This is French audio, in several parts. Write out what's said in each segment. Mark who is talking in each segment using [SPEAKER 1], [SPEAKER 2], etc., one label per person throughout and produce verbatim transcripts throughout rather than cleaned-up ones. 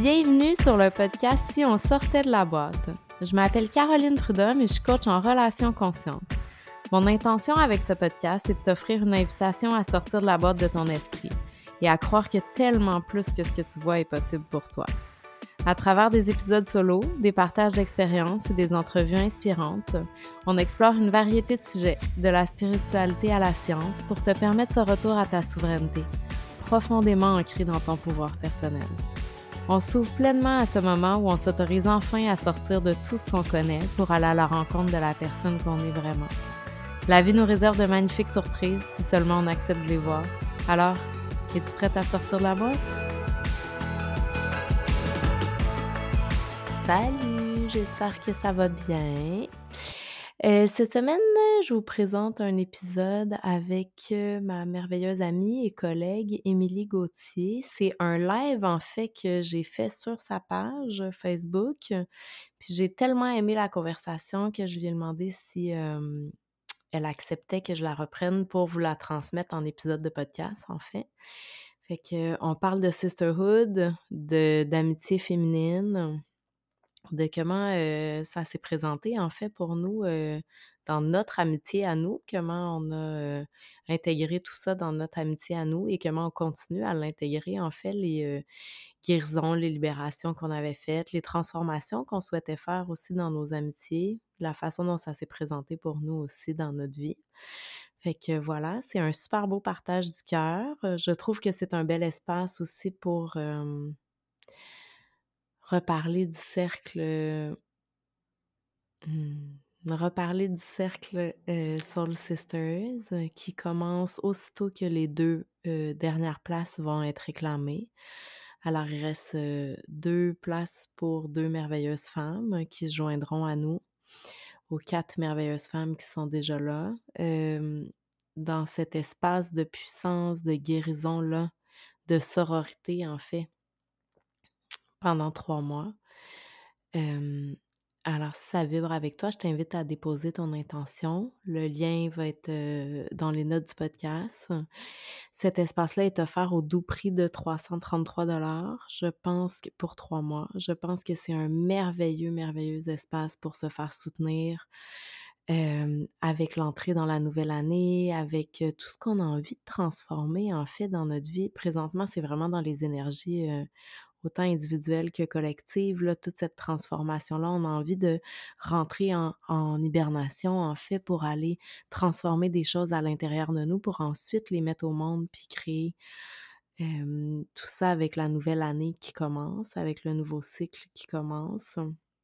[SPEAKER 1] Bienvenue sur le podcast Si on sortait de la boîte. Je m'appelle Caroline Prudhomme et je suis coach en relations conscientes. Mon intention avec ce podcast, c'est de t'offrir une invitation à sortir de la boîte de ton esprit et à croire que tellement plus que ce que tu vois est possible pour toi. À travers des épisodes solo, des partages d'expériences et des entrevues inspirantes, on explore une variété de sujets, de la spiritualité à la science, pour te permettre ce retour à ta souveraineté, profondément ancré dans ton pouvoir personnel. On s'ouvre pleinement à ce moment où on s'autorise enfin à sortir de tout ce qu'on connaît pour aller à la rencontre de la personne qu'on est vraiment. La vie nous réserve de magnifiques surprises si seulement on accepte de les voir. Alors, es-tu prête à sortir de la boîte? Salut, j'espère que ça va bien. Euh, cette semaine, je vous présente un épisode avec euh, ma merveilleuse amie et collègue Émilie Gauthier. C'est un live en fait que j'ai fait sur sa page Facebook. Puis j'ai tellement aimé la conversation que je lui ai demandé si euh, elle acceptait que je la reprenne pour vous la transmettre en épisode de podcast en fait. Fait que euh, on parle de sisterhood, de d'amitié féminine, de comment euh, ça s'est présenté en fait pour nous euh, dans notre amitié à nous, comment on a euh, intégré tout ça dans notre amitié à nous et comment on continue à l'intégrer en fait, les euh, guérisons, les libérations qu'on avait faites, les transformations qu'on souhaitait faire aussi dans nos amitiés, la façon dont ça s'est présenté pour nous aussi dans notre vie. Fait que voilà, c'est un super beau partage du cœur. Euh, Je trouve que c'est un bel espace aussi pour euh, reparler du cercle euh, Hmm. Reparler du cercle euh, Soul Sisters euh, qui commence aussitôt que les deux euh, dernières places vont être réclamées. Alors, il reste euh, deux places pour deux merveilleuses femmes euh, qui se joindront à nous, aux quatre merveilleuses femmes qui sont déjà là. Euh, dans cet espace de puissance, de guérison-là, de sororité, en fait, pendant trois mois. Euh, alors, si ça vibre avec toi, je t'invite à déposer ton intention. Le lien va être euh, dans les notes du podcast. Cet espace-là est offert au doux prix de trois cent trente-trois dollars. Je pense que pour trois mois, je pense que c'est un merveilleux, merveilleux espace pour se faire soutenir euh, avec l'entrée dans la nouvelle année, avec euh, tout ce qu'on a envie de transformer en fait dans notre vie. Présentement, c'est vraiment dans les énergies euh, autant individuelle que collective, là, toute cette transformation-là, on a envie de rentrer en, en hibernation, en fait, pour aller transformer des choses à l'intérieur de nous, pour ensuite les mettre au monde, puis créer euh, tout ça avec la nouvelle année qui commence, avec le nouveau cycle qui commence.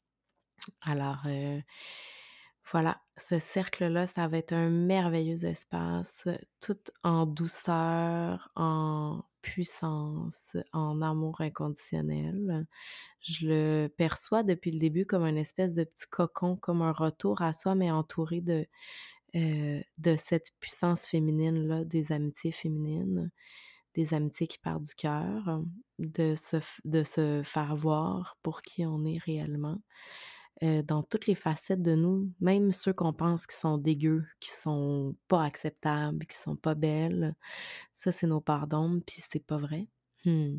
[SPEAKER 1] Alors, euh, voilà, ce cercle-là, ça va être un merveilleux espace, tout en douceur, en puissance, en amour inconditionnel. Je le perçois depuis le début comme une espèce de petit cocon, comme un retour à soi, mais entouré de, euh, de cette puissance féminine-là, des amitiés féminines, des amitiés qui partent du cœur, de se, f- de se faire voir pour qui on est réellement euh, dans toutes les facettes de nous, même ceux qu'on pense qui sont dégueux, qui sont pas acceptables, qui sont pas belles. Ça, c'est nos parts d'ombre, puis c'est pas vrai. Hmm.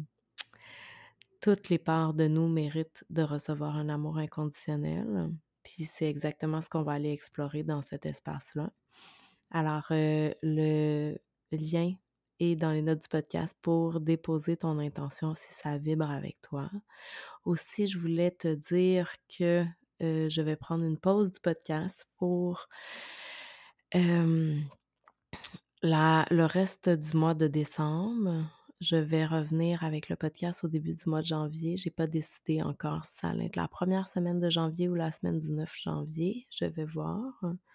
[SPEAKER 1] Toutes les parts de nous méritent de recevoir un amour inconditionnel. Puis c'est exactement ce qu'on va aller explorer dans cet espace-là. Alors, euh, le lien est dans les notes du podcast pour déposer ton intention si ça vibre avec toi. Aussi, je voulais te dire que euh, je vais prendre une pause du podcast pour euh, la, le reste du mois de décembre. Je vais revenir avec le podcast au début du mois de janvier. J'ai pas décidé encore si ça allait être la première semaine de janvier ou la semaine du neuf janvier. Je vais voir.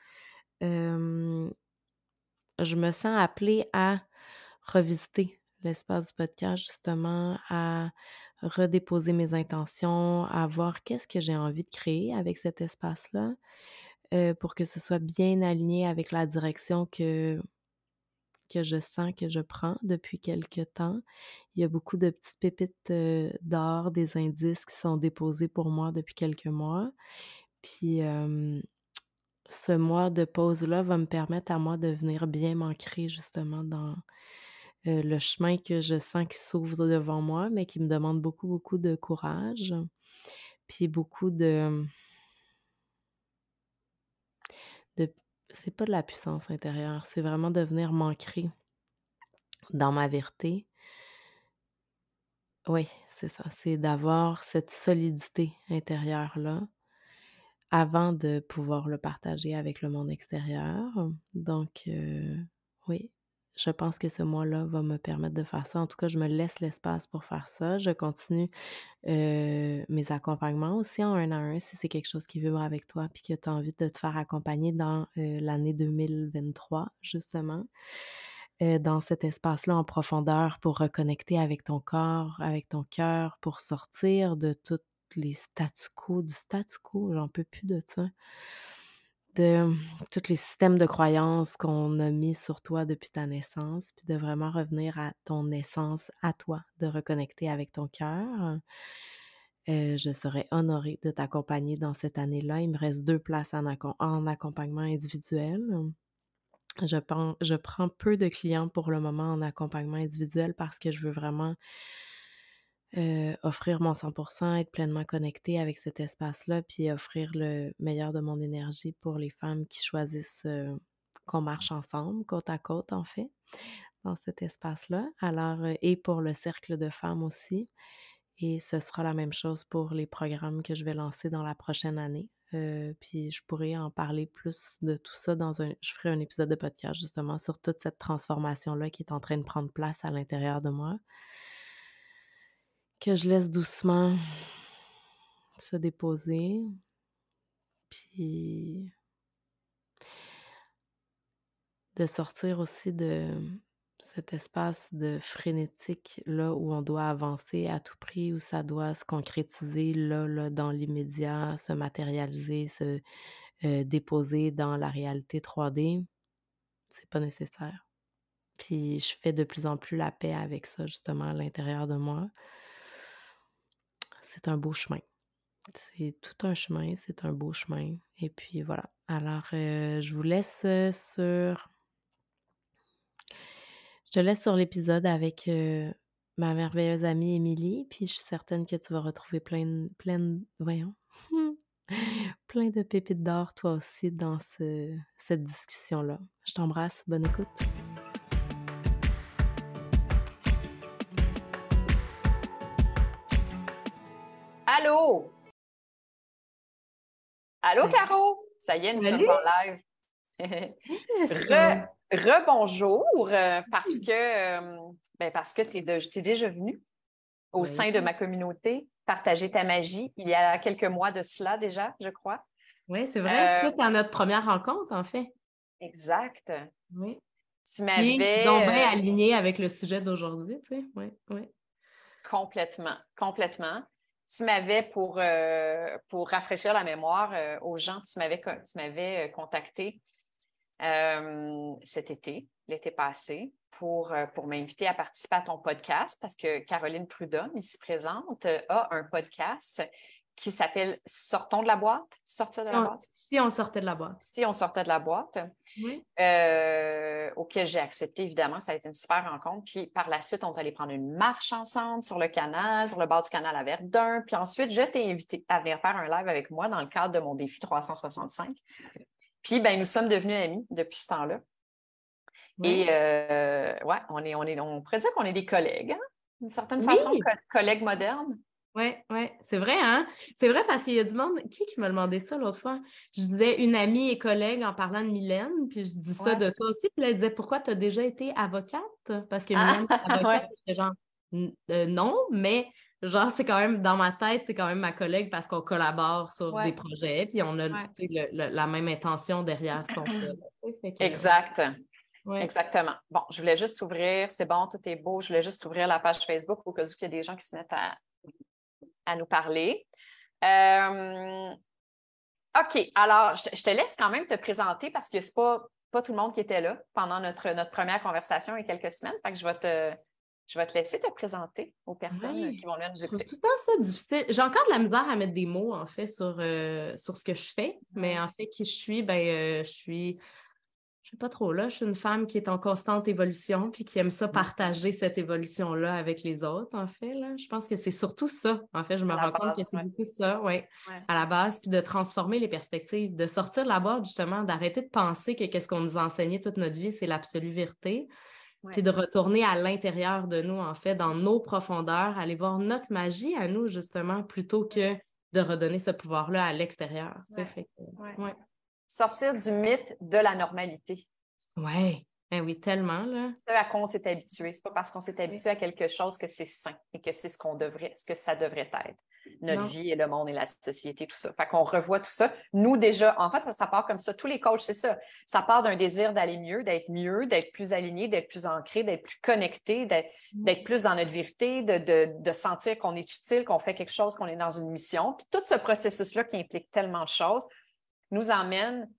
[SPEAKER 1] Euh, je me sens appelée à revisiter l'espace du podcast, justement, à redéposer mes intentions, à voir qu'est-ce que j'ai envie de créer avec cet espace-là, euh, pour que ce soit bien aligné avec la direction que, que je sens que je prends depuis quelque temps. Il y a beaucoup de petites pépites euh, d'or, des indices qui sont déposés pour moi depuis quelques mois. Puis euh, ce mois de pause-là va me permettre à moi de venir bien m'ancrer justement dans heu, le chemin que je sens qui s'ouvre devant moi, mais qui me demande beaucoup, beaucoup de courage, puis beaucoup de de c'est pas de la puissance intérieure, c'est vraiment de venir m'ancrer dans ma vérité. Oui, c'est ça, c'est d'avoir cette solidité intérieure-là avant de pouvoir le partager avec le monde extérieur. Donc, heu, oui, je pense que ce mois-là va me permettre de faire ça. En tout cas, je me laisse l'espace pour faire ça. Je continue, heu, mes accompagnements aussi en un à un si c'est quelque chose qui vibre avec toi puis que tu as envie de te faire accompagner dans, heu, l'année deux mille vingt-trois justement, heu, dans cet espace-là en profondeur pour reconnecter avec ton corps, avec ton cœur, pour sortir de toutes les statu quo du statu quo, j'en peux plus de ça, de tous les systèmes de croyances qu'on a mis sur toi depuis ta naissance, puis de vraiment revenir à ton essence, à toi, de reconnecter avec ton cœur. Heu, je serais honorée de t'accompagner dans cette année-là. Il me reste deux places en accom en accompagnement individuel. Je pen je prends peu de clients pour le moment en accompagnement individuel parce que je veux vraiment, heu, offrir mon cent pour cent, être pleinement connectée avec cet espace-là, puis offrir le meilleur de mon énergie pour les femmes qui choisissent, heu, qu'on marche ensemble, côte à côte, en fait, dans cet espace-là. Alors, heu et pour le cercle de femmes aussi. Et ce sera la même chose pour les programmes que je vais lancer dans la prochaine année. Heu, puis je pourrais en parler plus de tout ça dans un je ferai un épisode de podcast justement sur toute cette transformation-là qui est en train de prendre place à l'intérieur de moi, que je laisse doucement se déposer, puis de sortir aussi de cet espace de frénétique là où on doit avancer à tout prix, où ça doit se concrétiser là, là, dans l'immédiat, se matérialiser, se heu, déposer dans la réalité trois D, c'est pas nécessaire. Puis je fais de plus en plus la paix avec ça justement à l'intérieur de moi. C'est un beau chemin. C'est tout un chemin, c'est un beau chemin et puis voilà. Alors, heu, je vous laisse, heu, sur je te laisse sur l'épisode avec, heu, ma merveilleuse amie Émilie, puis je suis certaine que tu vas retrouver plein de plein de voyons, plein de pépites d'or toi aussi dans ce cette discussion-là. Je t'embrasse, bonne écoute.
[SPEAKER 2] Allô? Allô,
[SPEAKER 1] Salut.
[SPEAKER 2] Caro? Ça y est, nous sommes
[SPEAKER 1] Salut!
[SPEAKER 2] en live.
[SPEAKER 1] Yes!
[SPEAKER 2] Re, rebonjour, euh, parce que, euh, ben parce que tu es déjà venu au
[SPEAKER 1] Oui.
[SPEAKER 2] sein de ma communauté partager ta magie il y a quelques mois de cela déjà, je crois.
[SPEAKER 1] Oui, c'est vrai,
[SPEAKER 2] Euh,
[SPEAKER 1] suite à notre première rencontre, en fait.
[SPEAKER 2] exact.
[SPEAKER 1] Oui.
[SPEAKER 2] Tu
[SPEAKER 1] Qui est donc bien
[SPEAKER 2] m'avais euh,
[SPEAKER 1] aligné avec le sujet d'aujourd'hui, tu sais. Oui, oui.
[SPEAKER 2] complètement, complètement. Tu m'avais, pour, euh, pour rafraîchir la mémoire euh, aux gens, tu m'avais co- tu m'avais euh, contacté euh, cet été, l'été passé, pour, euh, pour m'inviter à participer à ton podcast parce que Caroline Prudhomme, ici présente, euh, a un podcast qui s'appelle Sortons de la boîte, sortir de
[SPEAKER 1] Si
[SPEAKER 2] la
[SPEAKER 1] on,
[SPEAKER 2] boîte,
[SPEAKER 1] si on sortait de la boîte.
[SPEAKER 2] si on sortait de la boîte,
[SPEAKER 1] Oui.
[SPEAKER 2] euh, auquel j'ai accepté, évidemment. Ça a été une super rencontre. Puis par la suite, on est allé prendre une marche ensemble sur le canal, sur le bord du canal à Verdun. Puis ensuite, je t'ai invité à venir faire un live avec moi dans le cadre de mon défi trois cent soixante-cinq. Puis, ben, nous sommes devenus amis depuis ce temps-là. Et
[SPEAKER 1] Oui.
[SPEAKER 2] euh, ouais, on est, on est, on pourrait dire qu'on est des collègues, hein? D'une certaine façon,
[SPEAKER 1] Oui.
[SPEAKER 2] co- collègues modernes.
[SPEAKER 1] Oui, oui, c'est vrai, hein? C'est vrai parce qu'il y a du monde. Qui qui m'a demandé ça l'autre fois? Je disais une amie et collègue en parlant de Mylène, puis je dis ça
[SPEAKER 2] Ouais.
[SPEAKER 1] de toi aussi. Puis là, elle disait pourquoi tu as déjà été avocate? Parce que
[SPEAKER 2] Ah,
[SPEAKER 1] Mylène est avocate.
[SPEAKER 2] ouais,
[SPEAKER 1] Puis j'étais genre N- euh, non, mais genre, c'est quand même dans ma tête, c'est quand même ma collègue parce qu'on collabore sur des
[SPEAKER 2] ouais,
[SPEAKER 1] projets, puis on a tu
[SPEAKER 2] ouais.
[SPEAKER 1] sais, le- le- la même intention derrière ce qu'on fait. Là, tu sais. Fait que,
[SPEAKER 2] Exact,
[SPEAKER 1] ouais.
[SPEAKER 2] exactement. Bon, je voulais juste ouvrir, c'est bon, tout est beau. Je voulais juste ouvrir la page Facebook au cas où il y a des gens qui se mettent à, à nous parler. Euh, OK, alors je, je te laisse quand même te présenter parce que c'est pas, pas tout le monde qui était là pendant notre, notre première conversation il y a quelques semaines. Fait que je vais te, je vais te laisser te présenter aux personnes qui
[SPEAKER 1] Ouais.
[SPEAKER 2] vont venir nous
[SPEAKER 1] Je trouve
[SPEAKER 2] écouter.
[SPEAKER 1] tout le temps ça difficile. J'ai encore de la misère à mettre des mots, en fait, sur, euh, sur ce que je fais, mais
[SPEAKER 2] Ouais.
[SPEAKER 1] en fait, qui je suis, ben, euh, je suis je sais pas trop, là, je suis une femme qui est en constante évolution puis qui aime ça partager cette évolution-là avec les autres, en fait, là. Je pense que c'est surtout ça. En fait, je me
[SPEAKER 2] À la
[SPEAKER 1] rends compte que
[SPEAKER 2] base,
[SPEAKER 1] c'est
[SPEAKER 2] ouais.
[SPEAKER 1] beaucoup ça, ouais,
[SPEAKER 2] Ouais.
[SPEAKER 1] à la base, puis de transformer les perspectives, de sortir de la boîte, justement, d'arrêter de penser que qu'est-ce qu'on nous a enseigné toute notre vie, c'est l'absolue vérité, puis
[SPEAKER 2] Ouais.
[SPEAKER 1] de retourner à l'intérieur de nous, en fait, dans nos profondeurs, aller voir notre magie à nous, justement, plutôt que de redonner ce pouvoir-là à l'extérieur, tu sais,
[SPEAKER 2] Ouais.
[SPEAKER 1] fait que,
[SPEAKER 2] Ouais.
[SPEAKER 1] ouais.
[SPEAKER 2] Sortir du mythe de la normalité.
[SPEAKER 1] Ouais, eh oui, tellement, là.
[SPEAKER 2] Ce à quoi on s'est habitué. C'est pas parce qu'on s'est habitué à quelque chose que c'est sain et que c'est ce qu'on devrait, ce que ça devrait être. Notre
[SPEAKER 1] Non.
[SPEAKER 2] vie et le monde et la société, tout ça. Fait qu'on revoit tout ça. Nous, déjà, en fait, ça, ça part comme ça. Tous les coachs, c'est ça. Ça part d'un désir d'aller mieux, d'être mieux, d'être plus aligné, d'être plus ancré, d'être plus connecté, d'être, d'être plus dans notre vérité, de, de, de sentir qu'on est utile, qu'on fait quelque chose, qu'on est dans une mission. Puis tout ce processus-là qui implique tellement de choses nous emmène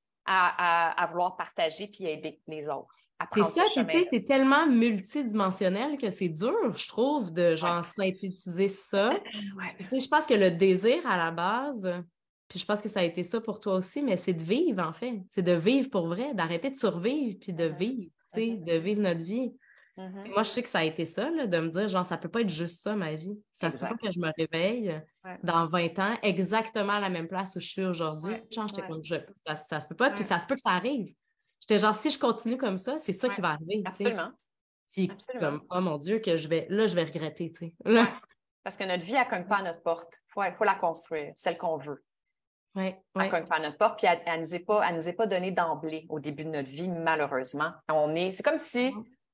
[SPEAKER 2] à, à, à vouloir partager puis aider les autres.
[SPEAKER 1] C'est
[SPEAKER 2] Prendre
[SPEAKER 1] ça,
[SPEAKER 2] ce
[SPEAKER 1] puis tu
[SPEAKER 2] chemin.
[SPEAKER 1] sais, c'est tellement multidimensionnel que c'est dur, je trouve, de genre
[SPEAKER 2] Ouais.
[SPEAKER 1] synthétiser ça.
[SPEAKER 2] Ouais.
[SPEAKER 1] Tu sais, je pense que le désir à la base, puis je pense que ça a été ça pour toi aussi, mais c'est de vivre, en fait. C'est de vivre pour vrai, d'arrêter de survivre, puis de
[SPEAKER 2] Mm-hmm.
[SPEAKER 1] vivre, tu sais,
[SPEAKER 2] Mm-hmm.
[SPEAKER 1] de vivre notre vie.
[SPEAKER 2] Mm-hmm.
[SPEAKER 1] Tu sais, moi, je sais que ça a été ça, là, de me dire, genre, ça peut pas être juste ça, ma vie. Ça
[SPEAKER 2] Exact.
[SPEAKER 1] se peut pas que je me réveille
[SPEAKER 2] ouais.
[SPEAKER 1] dans vingt ans, exactement à la même place où je suis aujourd'hui.
[SPEAKER 2] Ouais.
[SPEAKER 1] Genre, j'étais
[SPEAKER 2] Ouais.
[SPEAKER 1] comme, je, ça, ça se peut pas,
[SPEAKER 2] Ouais.
[SPEAKER 1] puis ça se peut que ça arrive. J'étais genre, si je continue comme ça, c'est ça
[SPEAKER 2] Ouais.
[SPEAKER 1] qui va arriver.
[SPEAKER 2] Absolument.
[SPEAKER 1] Puis
[SPEAKER 2] Absolument.
[SPEAKER 1] comme, oh mon Dieu, que je vais, là, je vais regretter, tu sais.
[SPEAKER 2] Ouais. Parce que notre vie, elle ne cogne pas à notre porte. Il faut, faut la construire, celle qu'on veut.
[SPEAKER 1] Ouais,
[SPEAKER 2] Elle ne
[SPEAKER 1] ouais.
[SPEAKER 2] cogne pas à notre porte, puis elle ne nous est pas, elle nous est pas donnée d'emblée au début de notre vie, malheureusement. On est, c'est comme si,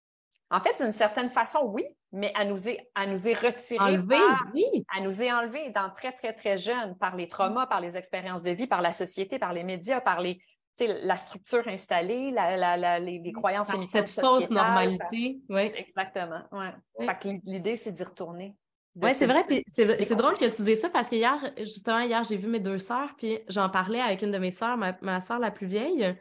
[SPEAKER 2] en fait, d'une certaine façon, oui, mais elle nous est, elle nous est retirée
[SPEAKER 1] Enlever,
[SPEAKER 2] par,
[SPEAKER 1] oui.
[SPEAKER 2] elle nous est enlevée dans très, très, très jeune par les traumas, par les expériences de vie, par la société, par les médias, par les, tu sais, la structure installée, la, la, la, les, les croyances
[SPEAKER 1] Par
[SPEAKER 2] limitantes
[SPEAKER 1] cette fausse
[SPEAKER 2] sociétales.
[SPEAKER 1] normalité, oui.
[SPEAKER 2] Exactement, ouais.
[SPEAKER 1] Ouais.
[SPEAKER 2] Fait que l'idée, c'est d'y retourner.
[SPEAKER 1] Oui, c'est vrai, puis c'est, c'est drôle
[SPEAKER 2] découvrir.
[SPEAKER 1] que tu dises ça parce que hier, justement, hier, j'ai vu mes deux sœurs, puis j'en parlais avec une de mes sœurs, ma, ma sœur la plus vieille.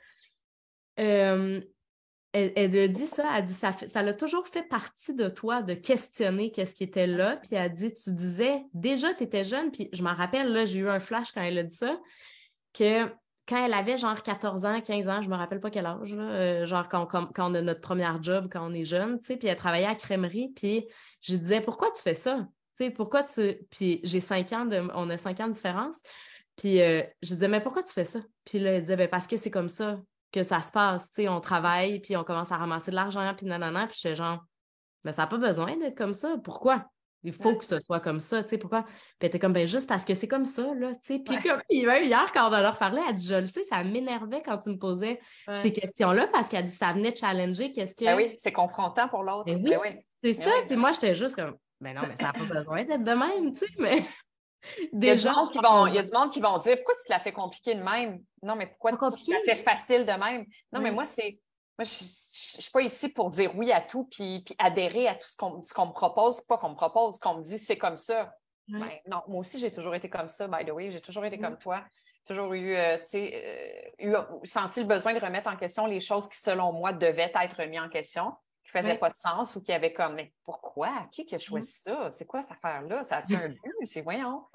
[SPEAKER 1] Euh, elle, elle a dit ça, elle dit ça, fait, ça l'a toujours fait partie de toi de questionner qu'est-ce qui était là, puis elle a dit, tu disais, déjà, tu étais jeune, puis je m'en rappelle, là, j'ai eu un flash quand elle a dit ça, que quand elle avait genre quatorze ans, quinze ans, je me rappelle pas quel âge, là, euh, genre quand, quand, quand on a notre première job, quand on est jeune, tu sais, puis elle travaillait à la crèmerie, puis je disais, pourquoi tu fais ça? Tu sais, pourquoi tu... Puis j'ai cinq ans, de... on a cinq ans de différence, puis euh, je disais, mais pourquoi tu fais ça? Puis là, elle disait, ben parce que c'est comme ça que ça se passe, tu sais, on travaille, puis on commence à ramasser de l'argent, puis nanana, puis j'étais genre, mais ça n'a pas besoin d'être comme ça, pourquoi? Il faut
[SPEAKER 2] Ouais.
[SPEAKER 1] que ce soit comme ça, tu sais, pourquoi? Puis elle était comme, ben juste parce que c'est comme ça, là, tu sais. Puis
[SPEAKER 2] Ouais.
[SPEAKER 1] comme, puis même hier, quand on en leur parlait, elle dit, je le sais, ça m'énervait quand tu me posais
[SPEAKER 2] Ouais.
[SPEAKER 1] ces questions-là, parce qu'elle dit, ça venait challenger, qu'est-ce que...
[SPEAKER 2] Ben oui, c'est confrontant pour l'autre.
[SPEAKER 1] Ben oui,
[SPEAKER 2] Ben oui.
[SPEAKER 1] c'est
[SPEAKER 2] Ben
[SPEAKER 1] ça.
[SPEAKER 2] oui.
[SPEAKER 1] Puis moi, j'étais juste comme, ben non, mais ça n'a pas besoin d'être de même, tu sais, mais
[SPEAKER 2] Il y a du
[SPEAKER 1] déjà,
[SPEAKER 2] monde qui
[SPEAKER 1] on
[SPEAKER 2] vont, il y a du monde qui vont dire pourquoi tu te la fais compliquée de même? Non, mais pourquoi
[SPEAKER 1] pas
[SPEAKER 2] tu
[SPEAKER 1] compliqué.
[SPEAKER 2] te la fais facile de même? Non,
[SPEAKER 1] Oui.
[SPEAKER 2] mais moi, c'est. Moi, je ne suis pas ici pour dire oui à tout puis, puis adhérer à tout ce qu'on, ce qu'on me propose, pas qu'on me propose, qu'on me dit c'est comme ça.
[SPEAKER 1] Oui.
[SPEAKER 2] Ben, non, moi aussi, j'ai toujours été comme ça, by the way. J'ai toujours été
[SPEAKER 1] Oui.
[SPEAKER 2] comme toi. Toujours eu, euh, tu sais, euh, eu, senti le besoin de remettre en question les choses qui, selon moi, devaient être remises en question, qui ne faisaient
[SPEAKER 1] Oui.
[SPEAKER 2] pas de sens ou qui avaient comme, mais pourquoi? Qui qui a choisi ça? C'est quoi cette affaire-là? Ça a-tu un but? C'est voyons.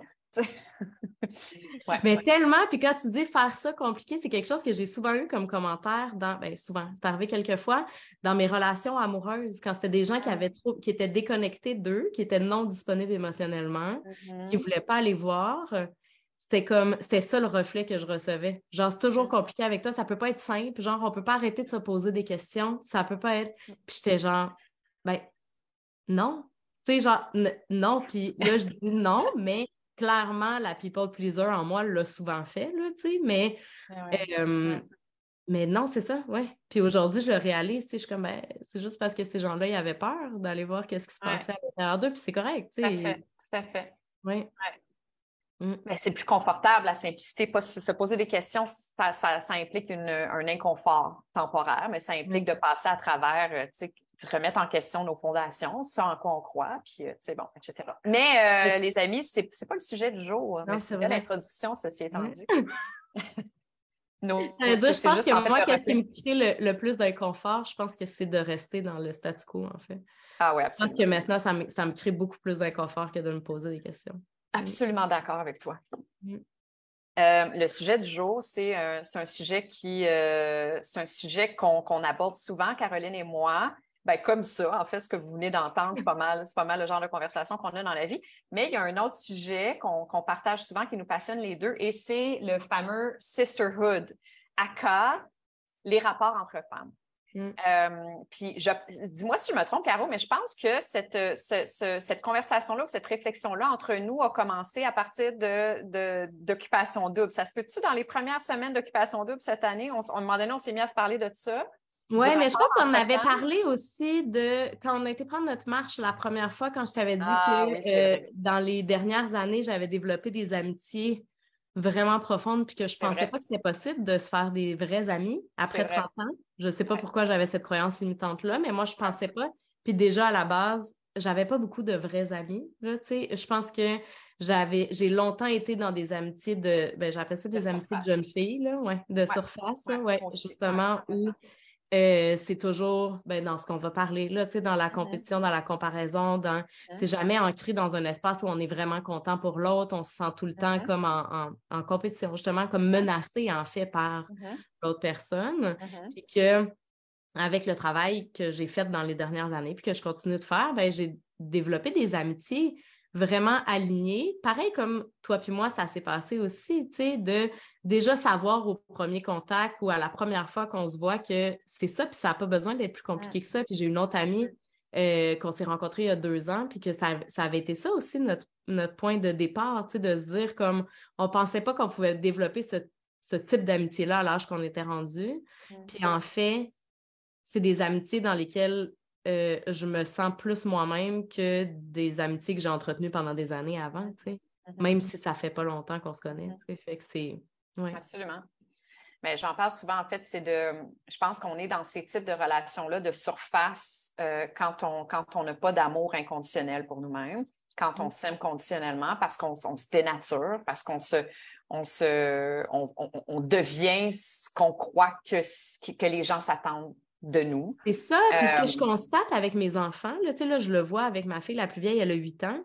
[SPEAKER 2] Ouais,
[SPEAKER 1] Mais
[SPEAKER 2] ouais.
[SPEAKER 1] tellement, puis quand tu dis faire ça compliqué, c'est quelque chose que j'ai souvent eu comme commentaire dans, ben souvent, c'est arrivé quelques fois, dans mes relations amoureuses, quand c'était des gens qui avaient trop, qui étaient déconnectés d'eux, qui étaient non disponibles émotionnellement,
[SPEAKER 2] Mm-hmm.
[SPEAKER 1] qui ne voulaient pas aller voir. C'était comme, c'était ça le reflet que je recevais. Genre, c'est toujours compliqué avec toi, ça peut pas être simple, genre, on peut pas arrêter de se poser des questions, ça peut pas être. Puis j'étais genre, ben, non. Tu sais, genre, n- non, puis là, je dis non, mais clairement, la people pleaser en moi l'a souvent fait, là, tu sais, mais,
[SPEAKER 2] Ouais.
[SPEAKER 1] euh,
[SPEAKER 2] Ouais.
[SPEAKER 1] mais non, c'est ça, ouais. Puis aujourd'hui, je le réalise, tu sais, je suis comme, ben, c'est juste parce que ces gens-là, ils avaient peur d'aller voir qu'est-ce qui se
[SPEAKER 2] Ouais.
[SPEAKER 1] passait à l'intérieur d'eux, puis c'est correct, tu
[SPEAKER 2] Tout à
[SPEAKER 1] sais.
[SPEAKER 2] fait, tout à fait.
[SPEAKER 1] Oui.
[SPEAKER 2] Ouais.
[SPEAKER 1] Mm.
[SPEAKER 2] Mais c'est plus confortable, la simplicité. Pas se se poser des questions, ça, ça, ça implique une, un inconfort temporaire, mais ça implique
[SPEAKER 1] Oui.
[SPEAKER 2] de passer à travers, euh, tu sais, de remettre en question nos fondations, ce en quoi on croit, puis, euh, tu sais, bon, et cetera. Mais, euh,
[SPEAKER 1] Je-
[SPEAKER 2] les amis, c'est c'est pas le sujet du jour, mais
[SPEAKER 1] Non,
[SPEAKER 2] c'est
[SPEAKER 1] c'est
[SPEAKER 2] une belle
[SPEAKER 1] vrai.
[SPEAKER 2] introduction, ceci étant
[SPEAKER 1] Ouais.
[SPEAKER 2] dit. Nos-
[SPEAKER 1] J'allais dire,
[SPEAKER 2] c'est
[SPEAKER 1] je
[SPEAKER 2] c'est
[SPEAKER 1] pense
[SPEAKER 2] juste
[SPEAKER 1] que
[SPEAKER 2] en fait
[SPEAKER 1] moi,
[SPEAKER 2] de
[SPEAKER 1] qu'est-ce qui
[SPEAKER 2] rappeler.
[SPEAKER 1] me crée le, le plus d'inconfort, je pense que c'est de rester dans le statu quo, en fait.
[SPEAKER 2] Ah oui,
[SPEAKER 1] Je pense que
[SPEAKER 2] absolument.
[SPEAKER 1] maintenant, ça me, ça me crée beaucoup plus d'inconfort que de me poser des questions.
[SPEAKER 2] Absolument d'accord avec toi.
[SPEAKER 1] Mm.
[SPEAKER 2] Euh, le sujet du jour, c'est un, c'est un sujet qui, euh, c'est un sujet qu'on, qu'on aborde souvent, Caroline et moi. Ben, comme ça, en fait, ce que vous venez d'entendre, c'est pas mal, c'est pas mal le genre de conversation qu'on a dans la vie. Mais il y a un autre sujet qu'on, qu'on partage souvent qui nous passionne les deux, et c'est le fameux sisterhood, aka les rapports entre femmes. Mm. Euh, puis, je, dis-moi si je me trompe, Caro, mais je pense que cette, ce, ce, cette conversation-là ou cette réflexion-là entre nous a commencé à partir de, de, d'Occupation Double. Ça se peut-tu dans les premières semaines d'Occupation Double cette année? On, à un moment donné, on s'est mis à se parler de ça.
[SPEAKER 3] Oui, mais je pense qu'on avait parlé aussi de quand on a été prendre notre marche la première fois, quand je t'avais dit ah, que oui, euh, dans les dernières années, j'avais développé des amitiés vraiment profondes puis que je ne pensais vrai. pas que c'était possible de se faire des vrais amis après trente ans. Je ne sais pas ouais. pourquoi j'avais cette croyance limitante-là, mais moi, je ne pensais pas. Puis déjà, à la base, j'avais pas beaucoup de vrais amis. Là, je pense que j'avais j'ai longtemps été dans des amitiés de, ben j'appelle ça des de amitiés surface. de jeunes filles, là, ouais, de ouais. surface, ouais, ouais, justement, ouais. où Euh, c'est toujours ben, dans ce qu'on va parler, là, dans la compétition, mm-hmm. dans la comparaison, dans... Mm-hmm. c'est jamais ancré dans un espace où on est vraiment content pour l'autre, on se sent tout le temps mm-hmm. comme en, en, en compétition, justement, comme menacé en fait par mm-hmm. l'autre personne. Mm-hmm. Puis que, avec le travail que j'ai fait dans les dernières années, puis que je continue de faire, ben, j'ai développé des amitiés vraiment alignées. Pareil comme toi puis moi, ça s'est passé aussi, tu sais, de déjà savoir au premier contact ou à la première fois qu'on se voit que c'est ça, puis ça n'a pas besoin d'être plus compliqué que ça. Puis j'ai une autre amie euh, qu'on s'est rencontrée il y a deux ans, puis que ça, ça avait été ça aussi notre, notre point de départ, tu sais, de se dire comme on pensait pas qu'on pouvait développer ce, ce type d'amitié-là à l'âge qu'on était rendu. Mm. Puis en fait, c'est des amitiés dans lesquelles Euh, je me sens plus moi-même que des amitiés que j'ai entretenues pendant des années avant, tu sais. Mm-hmm. Même si ça fait pas longtemps qu'on se connaît, tu sais. Fait que c'est... Ouais.
[SPEAKER 2] Absolument. Mais j'en parle souvent, en fait, c'est de... Je pense qu'on est dans ces types de relations-là de surface euh, quand on quand on n'a pas d'amour inconditionnel pour nous-mêmes, quand mm-hmm. on s'aime conditionnellement, parce qu'on on se dénature, parce qu'on se... On, se, on, on, on devient ce qu'on croit que, que les gens s'attendent de nous.
[SPEAKER 3] C'est ça, puis euh... ce que je constate avec mes enfants, là, tu sais, là, je le vois avec ma fille la plus vieille, elle a huit ans,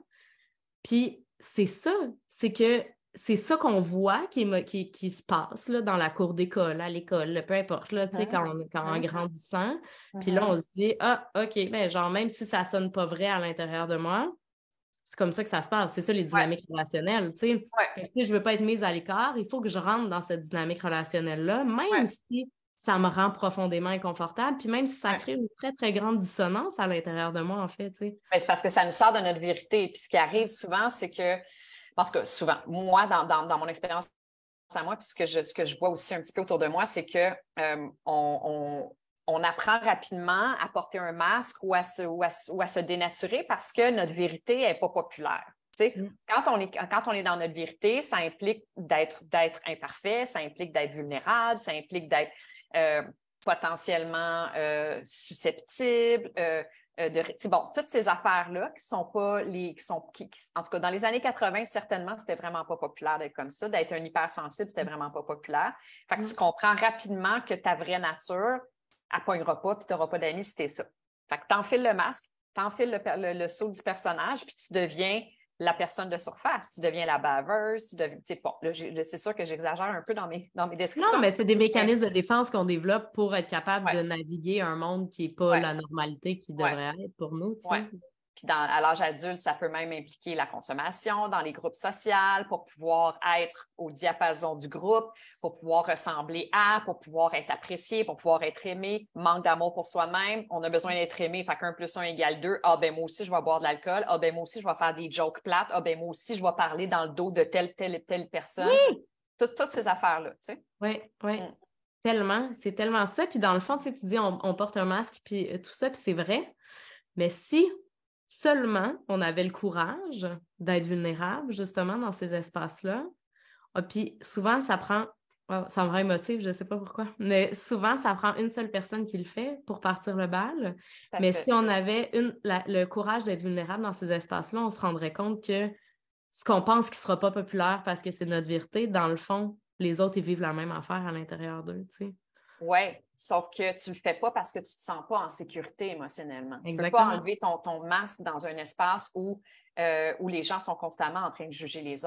[SPEAKER 3] puis c'est ça, c'est que c'est ça qu'on voit qui, qui, qui se passe là, dans la cour d'école, à l'école, peu importe, là, tu sais, quand, on, quand en grandissant, uh-huh. puis là, on se dit, ah, OK, ben genre, même si ça sonne pas vrai à l'intérieur de moi, c'est comme ça que ça se passe, c'est ça les dynamiques ouais. relationnelles, tu sais. Ouais. Si je veux pas être mise à l'écart, il faut que je rentre dans cette dynamique relationnelle-là, même ouais. si ça me rend profondément inconfortable, puis même si ça ouais. crée une très, très grande dissonance à l'intérieur de moi, en fait, tu sais.
[SPEAKER 2] C'est parce que ça nous sort de notre vérité. Puis ce qui arrive souvent, c'est que, parce que souvent, moi, dans, dans, dans mon expérience à moi, puis ce que, je, ce que je vois aussi un petit peu autour de moi, c'est que euh, on, on, on apprend rapidement à porter un masque ou à se, ou à, ou à se dénaturer parce que notre vérité n'est pas populaire. Mm. Quand, on est, quand on est dans notre vérité, ça implique d'être, d'être imparfait, ça implique d'être vulnérable, ça implique d'être Euh, potentiellement euh, susceptibles, euh, euh, de, bon, toutes ces affaires-là qui sont pas les, qui sont, qui, qui, en tout cas, dans les années quatre-vingt, certainement, c'était vraiment pas populaire d'être comme ça, d'être un hypersensible, c'était vraiment pas populaire. Fait que mm. tu comprends rapidement que ta vraie nature, elle pognera pas, puis tu n'auras pas d'amis si t'es ça. Fait que t'enfiles le masque, t'enfiles le, le, le sceau du personnage, puis tu deviens la personne de surface, tu deviens la baveuse, tu deviens, tu sais, bon, là, c'est sûr que j'exagère un peu dans mes, dans mes descriptions.
[SPEAKER 3] Non, mais c'est des mécanismes de défense qu'on développe pour être capable ouais. de naviguer un monde qui n'est pas ouais. la normalité qui devrait ouais. être pour nous, tu sais.
[SPEAKER 2] Ouais. Puis dans, à l'âge adulte, ça peut même impliquer la consommation dans les groupes sociaux pour pouvoir être au diapason du groupe, pour pouvoir ressembler à, pour pouvoir être apprécié, pour pouvoir être aimé, manque d'amour pour soi-même. On a besoin d'être aimé, fait qu'un plus un égale deux. Ah ben moi aussi, je vais boire de l'alcool. Ah ben moi aussi, je vais faire des jokes plates. Ah ben moi aussi, je vais parler dans le dos de telle, telle, telle personne.
[SPEAKER 3] Oui!
[SPEAKER 2] Tout, toutes ces affaires-là, tu sais.
[SPEAKER 3] Oui, oui. Mm. Tellement. C'est tellement ça. Puis dans le fond, tu sais, tu dis on, on porte un masque, puis tout ça, puis c'est vrai. Mais si seulement on avait le courage d'être vulnérable, justement, dans ces espaces-là. Ah, puis souvent, ça prend... Oh, ça me rend émotive, je ne sais pas pourquoi. Mais souvent, ça prend une seule personne qui le fait pour partir le bal. Ça Mais fait. Si on avait une, la, le courage d'être vulnérable dans ces espaces-là, on se rendrait compte que ce qu'on pense qui ne sera pas populaire parce que c'est notre vérité, dans le fond, les autres, ils vivent la même affaire à l'intérieur d'eux, tu sais.
[SPEAKER 2] Oui, sauf que tu ne le fais pas parce que tu ne te sens pas en sécurité émotionnellement. Exactement. Tu ne peux pas enlever ton, ton masque dans un espace où, euh, où les gens sont constamment en train de juger les autres.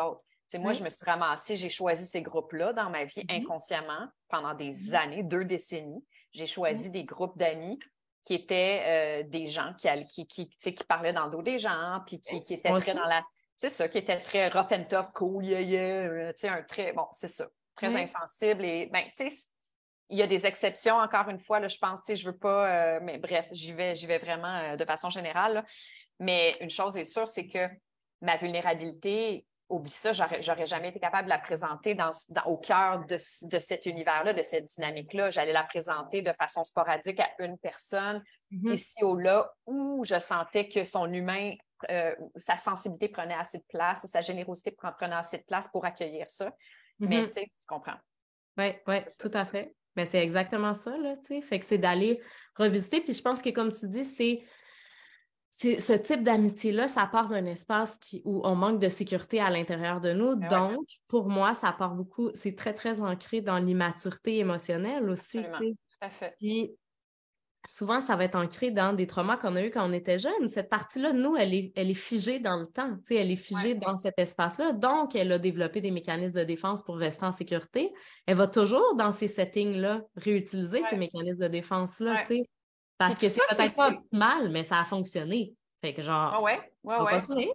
[SPEAKER 2] sais, moi,
[SPEAKER 3] Oui.
[SPEAKER 2] je me suis ramassée, j'ai choisi ces groupes-là dans ma vie
[SPEAKER 3] Mm-hmm.
[SPEAKER 2] inconsciemment pendant des
[SPEAKER 3] Mm-hmm.
[SPEAKER 2] années, deux décennies. J'ai choisi mm-hmm. des groupes d'amis qui étaient euh, des gens qui, qui, qui, qui parlaient dans le dos des gens, puis qui, qui étaient
[SPEAKER 3] Moi
[SPEAKER 2] très
[SPEAKER 3] aussi.
[SPEAKER 2] dans la... C'est ça, qui étaient très rough and tough, cool, yeah, yeah, tu sais, un très... Bon, c'est ça, très
[SPEAKER 3] oui.
[SPEAKER 2] insensible. Et, ben, tu sais, il y a des exceptions, encore une fois, là, je pense, tu sais, je veux pas... Euh, mais bref, j'y vais, j'y vais vraiment euh, de façon générale, là. Mais une chose est sûre, c'est que ma vulnérabilité, oublie ça, j'aurais, j'aurais jamais été capable de la présenter dans, dans, au cœur de, de cet univers-là, de cette dynamique-là. J'allais la présenter de façon sporadique à une personne, mm-hmm. ici ou là, où je sentais que son humain, euh, sa sensibilité prenait assez de place, ou sa générosité prenait assez de place pour accueillir ça. Mm-hmm. Mais tu sais, tu comprends.
[SPEAKER 3] Oui, oui, tout à fait. Mais c'est exactement ça, là, tu sais. Fait que c'est d'aller revisiter. Puis je pense que, comme tu dis, c'est, c'est ce type d'amitié-là, ça part d'un espace qui, où on manque de sécurité à l'intérieur de nous. Mais Donc, ouais. pour moi, ça part beaucoup, c'est très, très ancré dans l'immaturité émotionnelle aussi.
[SPEAKER 2] Absolument,
[SPEAKER 3] tu sais.
[SPEAKER 2] tout à fait.
[SPEAKER 3] Puis souvent, ça va être ancré dans des traumas qu'on a eus quand on était jeune. Cette partie-là, de nous, elle est, elle est figée dans le temps. Tu sais, elle est figée ouais. dans cet espace-là. Donc, elle a développé des mécanismes de défense pour rester en sécurité. Elle va toujours, dans ces settings-là, réutiliser ouais. ces mécanismes de défense-là. Ouais. Tu sais, parce que c'est ça, peut-être c'est... pas optimal, mais ça a fonctionné. Fait que genre,
[SPEAKER 2] ah ouais, ouais, ouais.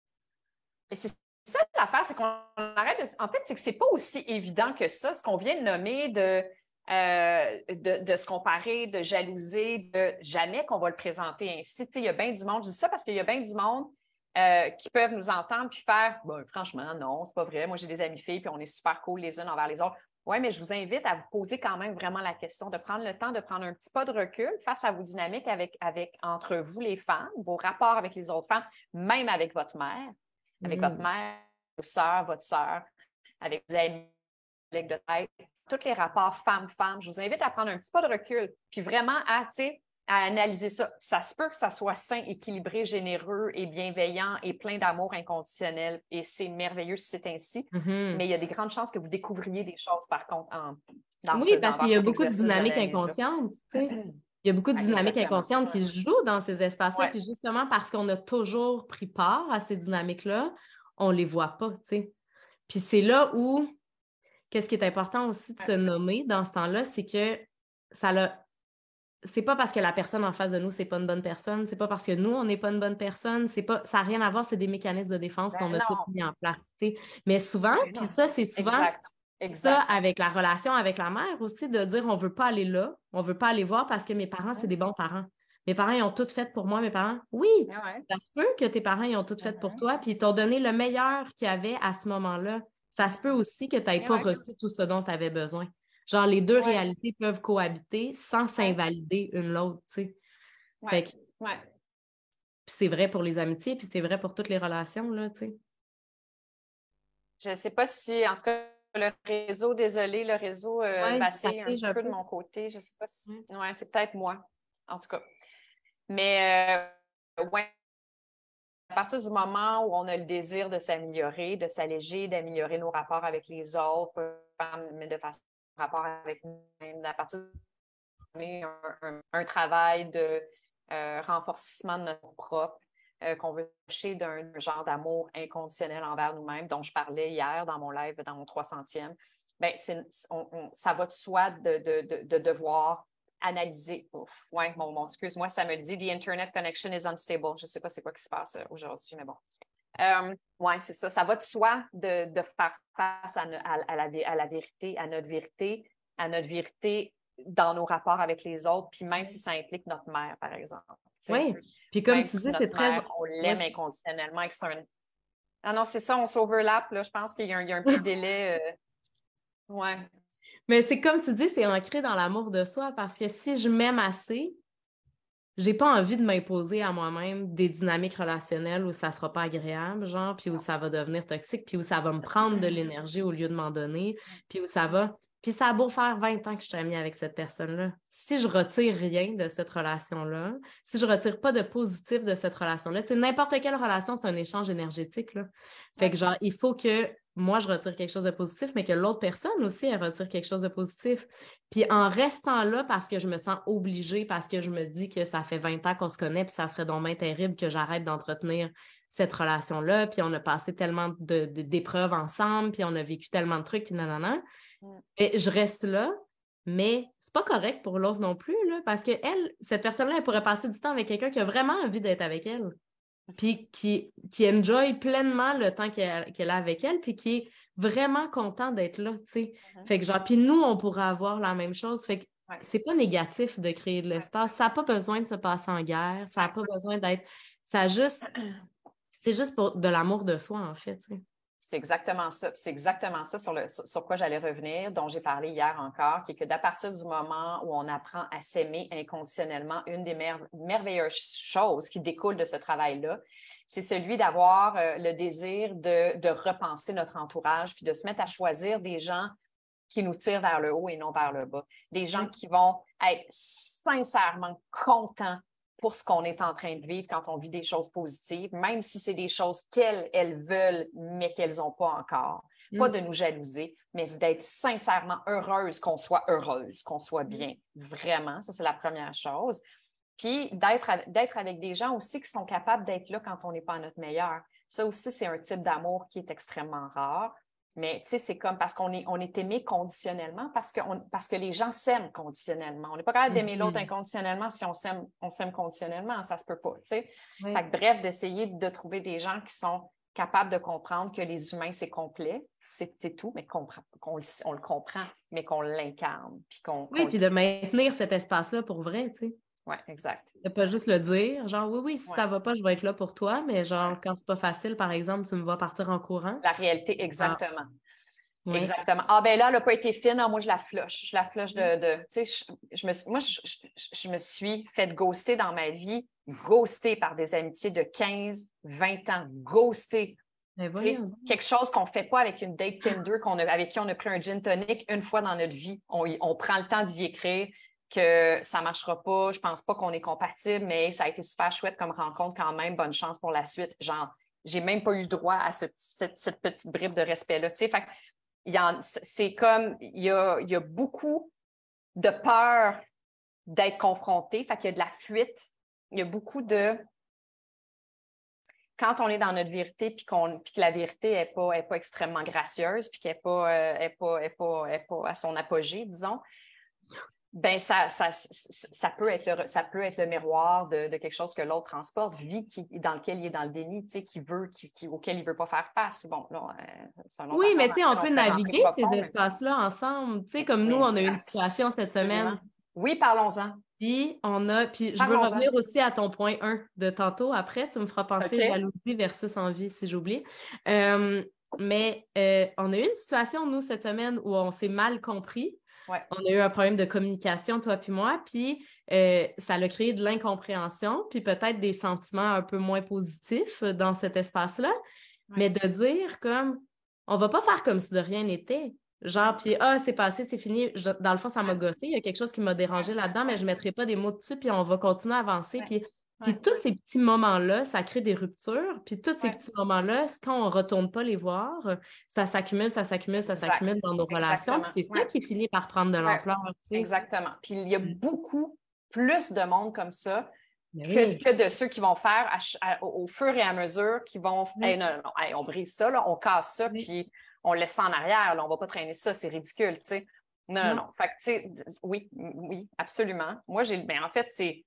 [SPEAKER 2] Et c'est ça l'affaire, c'est qu'on arrête de... En fait, c'est que c'est pas aussi évident que ça, ce qu'on vient de nommer de... Euh, de, de se comparer, de jalouser, de jamais qu'on va le présenter ainsi. Tu sais, il y a bien du monde, je dis ça parce qu'il y a bien du monde euh, qui peuvent nous entendre puis faire ben, franchement, non, c'est pas vrai. Moi, j'ai des amies filles puis on est super cool les unes envers les autres. Oui, mais je vous invite à vous poser quand même vraiment la question, de prendre le temps de prendre un petit pas de recul face à vos dynamiques avec, avec entre vous, les femmes, vos rapports avec les autres femmes, même avec votre mère, avec mmh. votre mère, vos sœurs, votre sœur, avec vos amis, collègues de tête. Tous les rapports femmes-femmes, je vous invite à prendre un petit pas de recul, puis vraiment à, à analyser ça. Ça se peut que ça soit sain, équilibré, généreux et bienveillant et plein d'amour inconditionnel, et c'est merveilleux si c'est ainsi, mm-hmm. mais il y a des grandes chances que vous découvriez des choses, par contre, en, dans
[SPEAKER 3] oui,
[SPEAKER 2] ce
[SPEAKER 3] Oui, parce qu'il y a beaucoup de dynamiques inconscientes, tu sais. Il y a beaucoup de dynamiques
[SPEAKER 2] Exactement.
[SPEAKER 3] inconscientes qui se jouent dans ces espaces-là,
[SPEAKER 2] ouais.
[SPEAKER 3] puis justement, parce qu'on a toujours pris part à ces dynamiques-là, on ne les voit pas, tu sais. Puis c'est là où... Qu'est-ce qui est important aussi de se nommer dans ce temps-là, c'est que ça l'a. C'est pas parce que la personne en face de nous, c'est pas une bonne personne, c'est pas parce que nous, on n'est pas une bonne personne, c'est pas. Ça n'a rien à voir, c'est des mécanismes de défense ben qu'on a tous mis en place. T'sais. Mais souvent, ben puis ça, c'est souvent
[SPEAKER 2] exact. Exact.
[SPEAKER 3] ça avec la relation avec la mère aussi, de dire on veut pas aller là, on veut pas aller voir parce que mes parents, c'est des bons parents. Mes parents, ils ont tout fait pour moi, mes parents. Oui,
[SPEAKER 2] ouais.
[SPEAKER 3] ça se peut que tes parents, ils ont tout fait mm-hmm. pour toi, puis ils t'ont donné le meilleur qu'il y avait à ce moment-là. Ça se peut aussi que tu n'aies pas ouais. reçu tout ce dont tu avais besoin. Genre, les deux ouais. réalités peuvent cohabiter sans s'invalider une l'autre, tu sais.
[SPEAKER 2] Ouais.
[SPEAKER 3] Fait que...
[SPEAKER 2] ouais.
[SPEAKER 3] Puis c'est vrai pour les amitiés, puis c'est vrai pour toutes les relations, là, tu sais.
[SPEAKER 2] Je ne sais pas si, en tout cas, le réseau, désolé, le réseau euh,
[SPEAKER 3] ouais,
[SPEAKER 2] vacille un petit peu de mon côté. Je ne sais pas si... Ouais, ouais c'est peut-être moi, en tout cas. Mais, euh, ouais. À partir du moment où on a le désir de s'améliorer, de s'alléger, d'améliorer nos rapports avec les autres, mais de façon rapport avec nous-mêmes, à partir du un, un, un travail de euh, renforcement de notre propre, euh, qu'on veut chercher d'un genre d'amour inconditionnel envers nous-mêmes, dont je parlais hier dans mon live, dans mon trois centième, bien, c'est, on, on, ça va de soi de, de, de, de devoir analyser. Ouf, ouais, bon, bon, excuse-moi, ça me le dit. The Internet connection is unstable. Je ne sais pas c'est quoi qui se passe aujourd'hui, mais bon. Euh, oui, c'est ça. Ça va de soi de, de faire face à, à, à, la, à la vérité, à notre vérité, à notre vérité dans nos rapports avec les autres, puis même si ça implique notre mère, par exemple.
[SPEAKER 3] Oui, puis comme tu
[SPEAKER 2] si
[SPEAKER 3] dis, c'est très...
[SPEAKER 2] Mère, on l'aime ouais, inconditionnellement. Et c'est un... Ah non, c'est ça, on s'overlap, là. Je pense qu'il y a un, il y a un petit délai. Euh... Oui.
[SPEAKER 3] Mais c'est comme tu dis, c'est ancré dans l'amour de soi, parce que si je m'aime assez, j'ai pas envie de m'imposer à moi-même des dynamiques relationnelles où ça sera pas agréable, genre, puis où ça va devenir toxique, puis où ça va me prendre de l'énergie au lieu de m'en donner, puis où ça va... Puis ça a beau faire vingt ans que je suis amie avec cette personne-là. Si je retire rien de cette relation-là, si je retire pas de positif de cette relation-là, tu sais, n'importe quelle relation, c'est un échange énergétique, là. Fait que genre, il faut que moi, je retire quelque chose de positif, mais que l'autre personne aussi, elle retire quelque chose de positif. Puis en restant là, parce que je me sens obligée, parce que je me dis que ça fait vingt ans qu'on se connaît, puis ça serait donc bien terrible que j'arrête d'entretenir cette relation-là, puis on a passé tellement de, de, d'épreuves ensemble, puis on a vécu tellement de trucs, puis nanana. Mm. Et je reste là, mais c'est pas correct pour l'autre non plus, là, parce que elle, cette personne-là, elle pourrait passer du temps avec quelqu'un qui a vraiment envie d'être avec elle, puis qui, qui enjoy pleinement le temps qu'elle, qu'elle a avec elle, puis qui est vraiment content d'être là, tu sais. Mm-hmm. Fait que genre, puis nous, on pourrait avoir la même chose, fait que ouais. C'est pas négatif de créer de l'espace, ça n'a pas besoin de se passer en guerre, ça n'a pas besoin d'être, ça a juste, c'est juste pour de l'amour de soi, en fait, tu sais.
[SPEAKER 2] C'est exactement ça. C'est exactement ça sur, le, sur, sur quoi j'allais revenir, dont j'ai parlé hier encore, qui est que d'à partir du moment où on apprend à s'aimer inconditionnellement, une des mer- merveilleuses choses qui découle de ce travail-là, c'est celui d'avoir euh, le désir de, de repenser notre entourage, puis de se mettre à choisir des gens qui nous tirent vers le haut et non vers le bas. Des gens qui vont être sincèrement contents pour ce qu'on est en train de vivre quand on vit des choses positives, même si c'est des choses qu'elles, elles veulent, mais qu'elles n'ont pas encore. Mm. Pas de nous jalouser, mais d'être sincèrement heureuse, qu'on soit heureuse, qu'on soit bien. Vraiment, ça, c'est la première chose. Puis d'être, d'être avec des gens aussi qui sont capables d'être là quand on n'est pas à notre meilleur. Ça aussi, c'est un type d'amour qui est extrêmement rare. Mais tu sais, c'est comme parce qu'on est, on est aimé conditionnellement, parce que, on, parce que les gens s'aiment conditionnellement. On n'est pas capable d'aimer mm-hmm. l'autre inconditionnellement si on s'aime, on s'aime conditionnellement, ça se peut pas, tu sais. Oui. Fait que, bref, d'essayer de trouver des gens qui sont capables de comprendre que les humains, c'est complet, c'est, c'est tout, mais qu'on, qu'on on le comprend, mais qu'on l'incarne. Puis qu'on,
[SPEAKER 3] oui,
[SPEAKER 2] qu'on
[SPEAKER 3] puis de maintenir cet espace-là pour vrai, tu sais.
[SPEAKER 2] Oui, exact.
[SPEAKER 3] De pas juste le dire, genre oui, oui, si
[SPEAKER 2] ouais.
[SPEAKER 3] ça va pas, je vais être là pour toi, mais genre ouais. quand c'est pas facile, par exemple, tu me vois partir en courant.
[SPEAKER 2] La réalité, exactement. Ah.
[SPEAKER 3] Oui.
[SPEAKER 2] Exactement. Ah ben là, elle n'a pas été fine, ah, moi je la flush. Je la flush de. de tu sais, je, je me, moi, je, je, je me suis fait ghoster dans ma vie, ghoster par des amitiés de quinze, vingt ans, ghoster. Quelque chose qu'on ne fait pas avec une date Tinder qu'on a, avec qui on a pris un gin tonic une fois dans notre vie. On, on prend le temps d'y écrire que ça ne marchera pas, je ne pense pas qu'on est compatible, mais ça a été super chouette comme rencontre quand même, bonne chance pour la suite. Genre, j'ai même pas eu droit à ce, cette, cette petite bribe de respect-là. Tu sais, fait il y en, c'est comme, il y a, il y a beaucoup de peur d'être confronté, fait qu'il y a de la fuite, il y a beaucoup de... Quand on est dans notre vérité, puis, qu'on, puis que la vérité n'est pas, est pas extrêmement gracieuse, puis qu'elle n'est pas, euh, est pas, est pas, est pas à son apogée, disons, ben ça, ça, ça, ça, peut être le, ça peut être le miroir de, de quelque chose que l'autre transporte, vit qui, dans lequel il est dans le déni, tu sais, qui veut, qui, qui, auquel il ne veut pas faire face. Bon, là, euh, c'est un autre
[SPEAKER 3] oui, mais tu sais, on peut naviguer ces
[SPEAKER 2] profond,
[SPEAKER 3] espaces-là ensemble. Tu sais, comme nous, on a eu une situation cette semaine.
[SPEAKER 2] Oui, parlons-en.
[SPEAKER 3] Puis, on a, puis je veux revenir aussi à ton point un de tantôt. Après, tu me feras penser okay. jalousie versus envie, si j'oublie. Euh, mais euh, on a eu une situation, nous, cette semaine, où on s'est mal compris.
[SPEAKER 2] Ouais.
[SPEAKER 3] On a eu un problème de communication, toi puis moi, puis euh, ça a créé de l'incompréhension, puis peut-être des sentiments un peu moins positifs dans cet espace-là, ouais. Mais de dire comme, on va pas faire comme si de rien n'était. Genre, puis ah, c'est passé, c'est fini. Je, dans le fond, ça m'a gossé, il y a quelque chose qui m'a dérangé là-dedans, mais je ne mettrai pas des mots dessus, puis on va continuer à avancer,
[SPEAKER 2] ouais.
[SPEAKER 3] puis... Puis ouais. tous ces petits moments-là, ça crée des ruptures. Puis tous ces ouais. petits moments-là, quand on ne retourne pas les voir, ça s'accumule, ça s'accumule, ça exact. s'accumule dans nos relations. C'est ça ouais. qui finit par prendre de l'ampleur.
[SPEAKER 2] Ouais. Tu sais. Exactement. Puis il y a beaucoup plus de monde comme ça
[SPEAKER 3] que,
[SPEAKER 2] oui. que de ceux qui vont faire à, à, au fur et à mesure, qui vont oui. hey, non, non, hey, on brise ça, là, on casse ça, oui. puis on laisse ça en arrière. Là, on ne va pas traîner ça, c'est ridicule. Tu sais. Non, non, non, non. Fait que, tu sais, oui, oui, absolument. Moi, j'ai. Ben, en fait, c'est.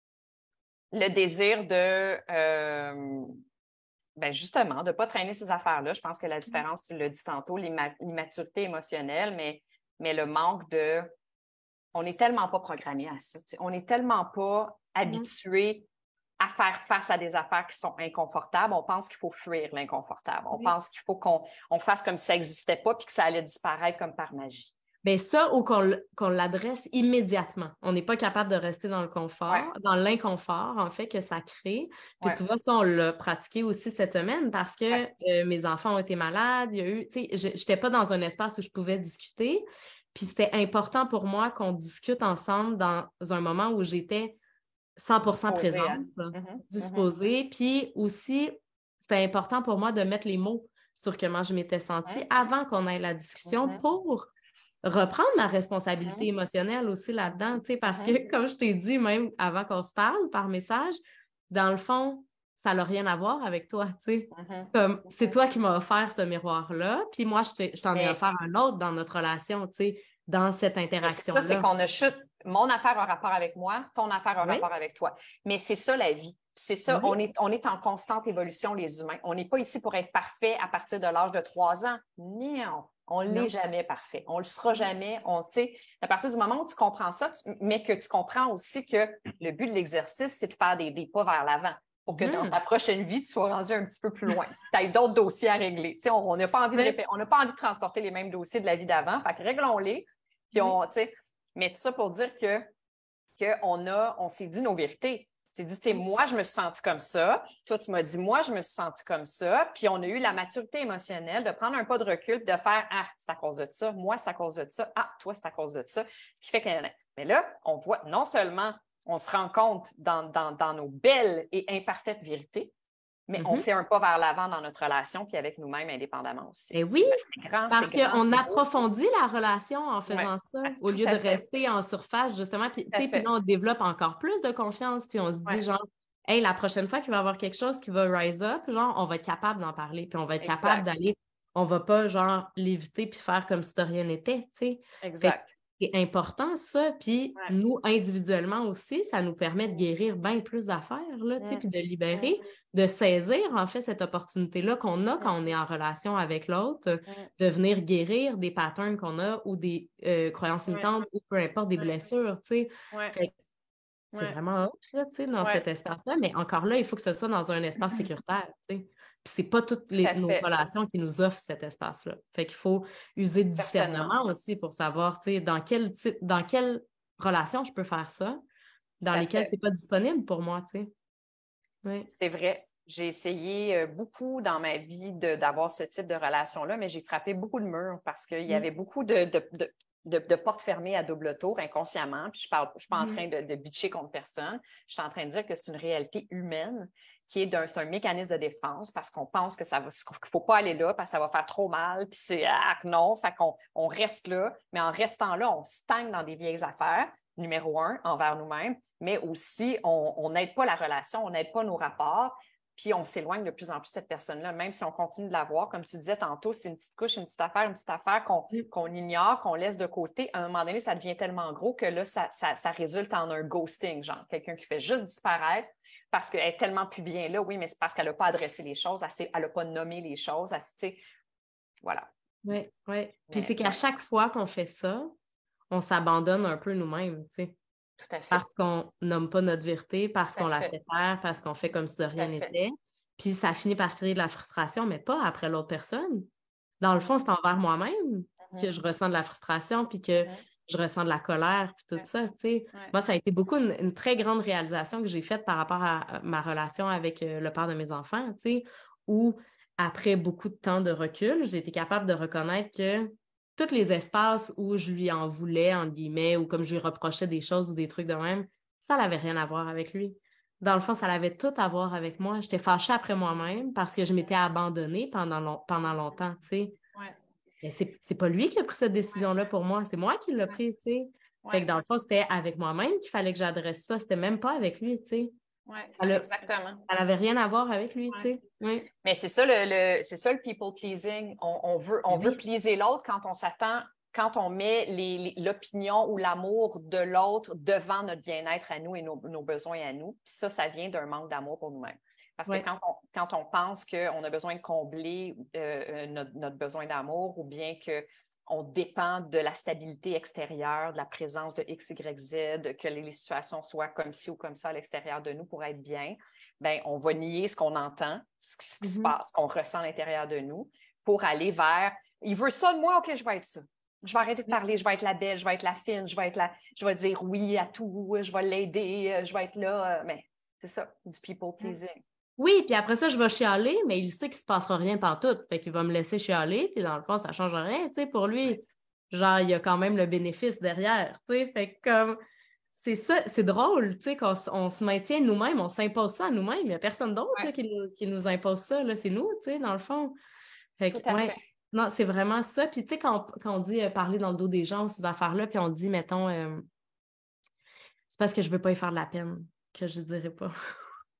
[SPEAKER 2] Le désir de, euh, ben justement, de ne pas traîner ces affaires-là. Je pense que la différence, tu l'as dit tantôt, l'imma- l'immaturité émotionnelle, mais, mais le manque de... On n'est tellement pas programmé à ça. T'sais. On n'est tellement pas habitué à faire face à des affaires qui sont inconfortables. On pense qu'il faut fuir l'inconfortable. On oui. pense qu'il faut qu'on on fasse comme si ça n'existait pas puis que ça allait disparaître comme par magie.
[SPEAKER 3] Bien, ça, ou qu'on, qu'on l'adresse immédiatement. On n'est pas capable de rester dans le confort, ouais. dans l'inconfort, en fait, que ça crée. Puis
[SPEAKER 2] ouais.
[SPEAKER 3] tu vois, ça, on l'a pratiqué aussi cette semaine parce que ouais. euh, mes enfants ont été malades. Il y a eu, tu sais, je n'étais pas dans un espace où je pouvais discuter. Puis c'était important pour moi qu'on discute ensemble dans un moment où j'étais cent pour cent
[SPEAKER 2] disposée,
[SPEAKER 3] présente,
[SPEAKER 2] hein? mm-hmm.
[SPEAKER 3] disposée. Mm-hmm. Puis aussi, c'était important pour moi de mettre les mots sur comment je m'étais sentie mm-hmm. avant qu'on ait la discussion mm-hmm. pour reprendre ma responsabilité mm-hmm. émotionnelle aussi là-dedans, tu sais, parce mm-hmm. que, comme je t'ai dit, même avant qu'on se parle par message, dans le fond, ça n'a rien à voir avec toi, tu sais.
[SPEAKER 2] Mm-hmm.
[SPEAKER 3] Comme, c'est
[SPEAKER 2] Mm-hmm.
[SPEAKER 3] toi qui m'as offert ce miroir-là, puis moi, je, je t'en ai
[SPEAKER 2] Mais...
[SPEAKER 3] offert un autre dans notre relation, tu sais, dans cette interaction-là.
[SPEAKER 2] C'est ça, c'est qu'on a chute. Mon affaire a un rapport avec moi, ton affaire a un
[SPEAKER 3] oui.
[SPEAKER 2] rapport avec toi. Mais c'est ça la vie. C'est ça, oui. on, est, on est en constante évolution, les humains. On n'est pas ici pour être parfait à partir de l'âge de trois ans. Non, on ne l'est jamais parfait. On ne le sera jamais. On, à partir du moment où tu comprends ça, tu, mais que tu comprends aussi que le but de l'exercice, c'est de faire des, des pas vers l'avant pour que mmh. dans ta prochaine vie, tu sois rendu un petit peu plus loin. Tu as d'autres dossiers à régler. T'sais, on n'a pas, oui. pas envie de transporter les mêmes dossiers de la vie d'avant. Fait que réglons-les. Puis on, oui. Mais tout ça pour dire que qu'on a, on s'est dit nos vérités. On s'est dit, tu sais, moi, je me suis sentie comme ça. Toi, tu m'as dit, moi, je me suis sentie comme ça. Puis on a eu la maturité émotionnelle de prendre un pas de recul, de faire, ah, c'est à cause de ça. Moi, c'est à cause de ça. Ah, toi, c'est à cause de ça. Ce qui fait que, mais là, on voit, non seulement on se rend compte dans, dans, dans nos belles et imparfaites vérités, mais mm-hmm. on fait un pas vers l'avant dans notre relation puis avec nous-mêmes indépendamment aussi.
[SPEAKER 3] Et oui, c'est grand, parce qu'on approfondit beau. La relation en faisant ouais, ça, au lieu de fait. Rester en surface, justement. Puis, puis là, on développe encore plus de confiance, puis on se dit, ouais. genre, hey, la prochaine fois qu'il va y avoir quelque chose qui va rise up, genre, on va être capable d'en parler, puis on va être exact. Capable d'aller, on va pas, genre, l'éviter puis faire comme si de rien n'était, tu sais.
[SPEAKER 2] Exact.
[SPEAKER 3] C'est important, ça. Puis ouais. nous, individuellement aussi, ça nous permet de guérir bien plus d'affaires, là, tu sais, puis de libérer, de saisir, en fait, cette opportunité-là qu'on a quand on est en relation avec l'autre, de venir guérir des patterns qu'on a ou des euh, croyances limitantes ou peu importe, des blessures, tu sais.
[SPEAKER 2] Ouais.
[SPEAKER 3] C'est ouais. vraiment hot, là, tu sais, dans ouais. cet espace-là. Mais encore là, il faut que ce soit dans un espace sécuritaire, tu sais. Puis c'est pas toutes les, nos relations qui nous offrent cet espace-là. Fait qu'il faut user de discernement aussi pour savoir, tu sais, dans quel type, dans quelle relation je peux faire ça, dans Tout lesquelles c'est pas disponible pour moi, tu sais. Ouais.
[SPEAKER 2] C'est vrai. J'ai essayé beaucoup dans ma vie de, d'avoir ce type de relation-là, mais j'ai frappé beaucoup de murs parce qu'il y mmh. avait beaucoup de, de, de De, de portes fermées à double tour inconsciemment. Puis je parle, je suis pas en train de, de bitcher contre personne. Je suis en train de dire que c'est une réalité humaine qui est d'un, c'est un mécanisme de défense parce qu'on pense que ça va, qu'il faut pas aller là parce que ça va faire trop mal. Puis c'est ah non, fait qu'on on reste là. Mais en restant là, on stagne dans des vieilles affaires. Numéro un, envers nous-mêmes, mais aussi on n'aide pas la relation, on n'aide pas nos rapports. Puis on s'éloigne de plus en plus de cette personne-là, même si on continue de la voir. Comme tu disais tantôt, c'est une petite couche, une petite affaire, une petite affaire qu'on, qu'on ignore, qu'on laisse de côté. À un moment donné, ça devient tellement gros que là, ça, ça, ça résulte en un ghosting, genre quelqu'un qui fait juste disparaître parce qu'elle est tellement plus bien là. Oui, mais c'est parce qu'elle n'a pas adressé les choses, elle n'a pas nommé les choses. Elle, tu sais, voilà.
[SPEAKER 3] Oui, oui. Puis mais, c'est qu'à chaque fois qu'on fait ça, on s'abandonne un peu nous-mêmes, tu sais.
[SPEAKER 2] Tout à fait.
[SPEAKER 3] Parce qu'on nomme pas notre vérité, parce qu'on la fait faire, parce qu'on fait comme si de rien n'était. Puis ça finit par créer de la frustration, mais pas après l'autre personne. Dans le fond, c'est envers moi-même mm-hmm. que je ressens de la frustration, puis que mm-hmm. je ressens de la colère, puis tout ouais. ça, tu sais. Ouais. Moi, ça a été beaucoup une, une très grande réalisation que j'ai faite par rapport à ma relation avec euh, le père de mes enfants, tu sais, où après beaucoup de temps de recul, j'ai été capable de reconnaître que tous les espaces où je lui en voulais, entre guillemets, ou comme je lui reprochais des choses ou des trucs de même, ça n'avait rien à voir avec lui. Dans le fond, ça avait tout à voir avec moi. J'étais fâchée après moi-même parce que je m'étais abandonnée pendant, long- pendant longtemps, tu sais.
[SPEAKER 2] Ouais.
[SPEAKER 3] Mais c'est, c'est pas lui qui a pris cette décision-là pour moi, c'est moi qui l'ai prise, tu sais. Ouais. Fait que dans le fond, c'était avec moi-même qu'il fallait que j'adresse ça. C'était même pas avec lui, tu sais.
[SPEAKER 2] Oui, exactement.
[SPEAKER 3] Ça n'avait rien à voir avec lui,
[SPEAKER 2] ouais.
[SPEAKER 3] tu sais. Ouais.
[SPEAKER 2] Mais c'est ça le, le, c'est ça le people pleasing. On, on veut, on oui. veut pleaser l'autre quand on s'attend, quand on met les, les, l'opinion ou l'amour de l'autre devant notre bien-être à nous et nos, nos besoins à nous. Puis ça, ça vient d'un manque d'amour pour nous-mêmes. Parce ouais. que quand on, quand on pense qu'on a besoin de combler euh, notre, notre besoin d'amour ou bien que on dépend de la stabilité extérieure, de la présence de X, Y, Z, que les situations soient comme ci ou comme ça à l'extérieur de nous pour être bien, bien, on va nier ce qu'on entend, ce qui mm-hmm. se passe, ce qu'on ressent à l'intérieur de nous, pour aller vers « il veut ça de moi, OK, je vais être ça. Je vais arrêter de parler, je vais être la belle, je vais être la fine, je vais être la, je vais dire oui à tout, je vais l'aider, je vais être là. » Mais c'est ça, du people pleasing.
[SPEAKER 3] Oui, puis après ça, je vais chialer, mais il sait qu'il ne se passera rien pantoute. Fait qu'il va me laisser chialer, puis dans le fond, ça ne change rien, tu sais, pour lui. Genre, il y a quand même le bénéfice derrière, tu sais. Fait que comme, c'est ça, c'est drôle, tu sais, qu'on on se maintient nous-mêmes, on s'impose ça à nous-mêmes. Il n'y a personne d'autre ouais. là, qui, nous, qui nous impose ça, là. C'est nous, tu sais, dans le fond. Fait que, ouais. Fait. Non, c'est vraiment ça. Puis, tu sais, quand, quand on dit euh, parler dans le dos des gens, ces affaires-là, puis on dit, mettons, euh, c'est parce que je ne veux pas y faire de la peine que je ne dirais pas.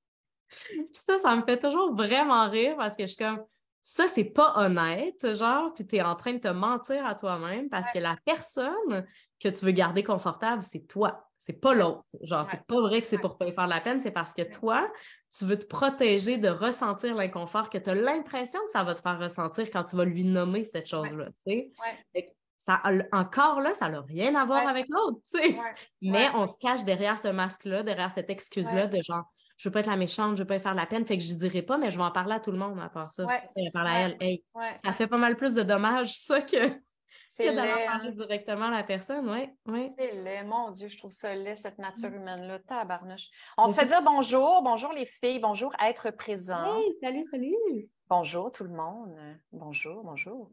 [SPEAKER 3] Puis ça, ça me fait toujours vraiment rire parce que je suis comme, ça, c'est pas honnête, genre, puis t'es en train de te mentir à toi-même parce
[SPEAKER 2] Ouais.
[SPEAKER 3] que la personne que tu veux garder confortable, c'est toi. C'est pas l'autre. Genre,
[SPEAKER 2] Ouais.
[SPEAKER 3] c'est pas vrai que c'est
[SPEAKER 2] Ouais.
[SPEAKER 3] pour pas y faire de la peine, c'est parce que toi, tu veux te protéger de ressentir l'inconfort que tu as l'impression que ça va te faire ressentir quand tu vas lui nommer cette chose-là, tu sais.
[SPEAKER 2] Ouais.
[SPEAKER 3] Fait que ça, encore là, ça n'a rien à voir
[SPEAKER 2] Ouais.
[SPEAKER 3] avec l'autre, tu sais.
[SPEAKER 2] Ouais.
[SPEAKER 3] Mais
[SPEAKER 2] Ouais.
[SPEAKER 3] on se cache derrière ce masque-là, derrière cette excuse-là
[SPEAKER 2] Ouais.
[SPEAKER 3] de genre, je veux pas être la méchante, je veux pas lui faire de la peine, fait que je dirai pas, mais je vais en parler à tout le monde à part ça.
[SPEAKER 2] Ouais.
[SPEAKER 3] Ça, je parle à
[SPEAKER 2] Ouais.
[SPEAKER 3] elle. Hey,
[SPEAKER 2] Ouais.
[SPEAKER 3] ça fait pas mal plus de dommages, ça, que,
[SPEAKER 2] C'est
[SPEAKER 3] que d'aller
[SPEAKER 2] laid,
[SPEAKER 3] en parler
[SPEAKER 2] hein?
[SPEAKER 3] directement à la personne, oui. Ouais.
[SPEAKER 2] C'est laid. Mon Dieu, je trouve ça laid, cette nature humaine-là. Tabarnouche. On
[SPEAKER 3] Mais
[SPEAKER 2] se fait
[SPEAKER 3] c'est-
[SPEAKER 2] dire bonjour. Bonjour les filles. Bonjour, être présent.
[SPEAKER 3] Hey, salut, salut!
[SPEAKER 2] Bonjour tout le monde. Bonjour, bonjour.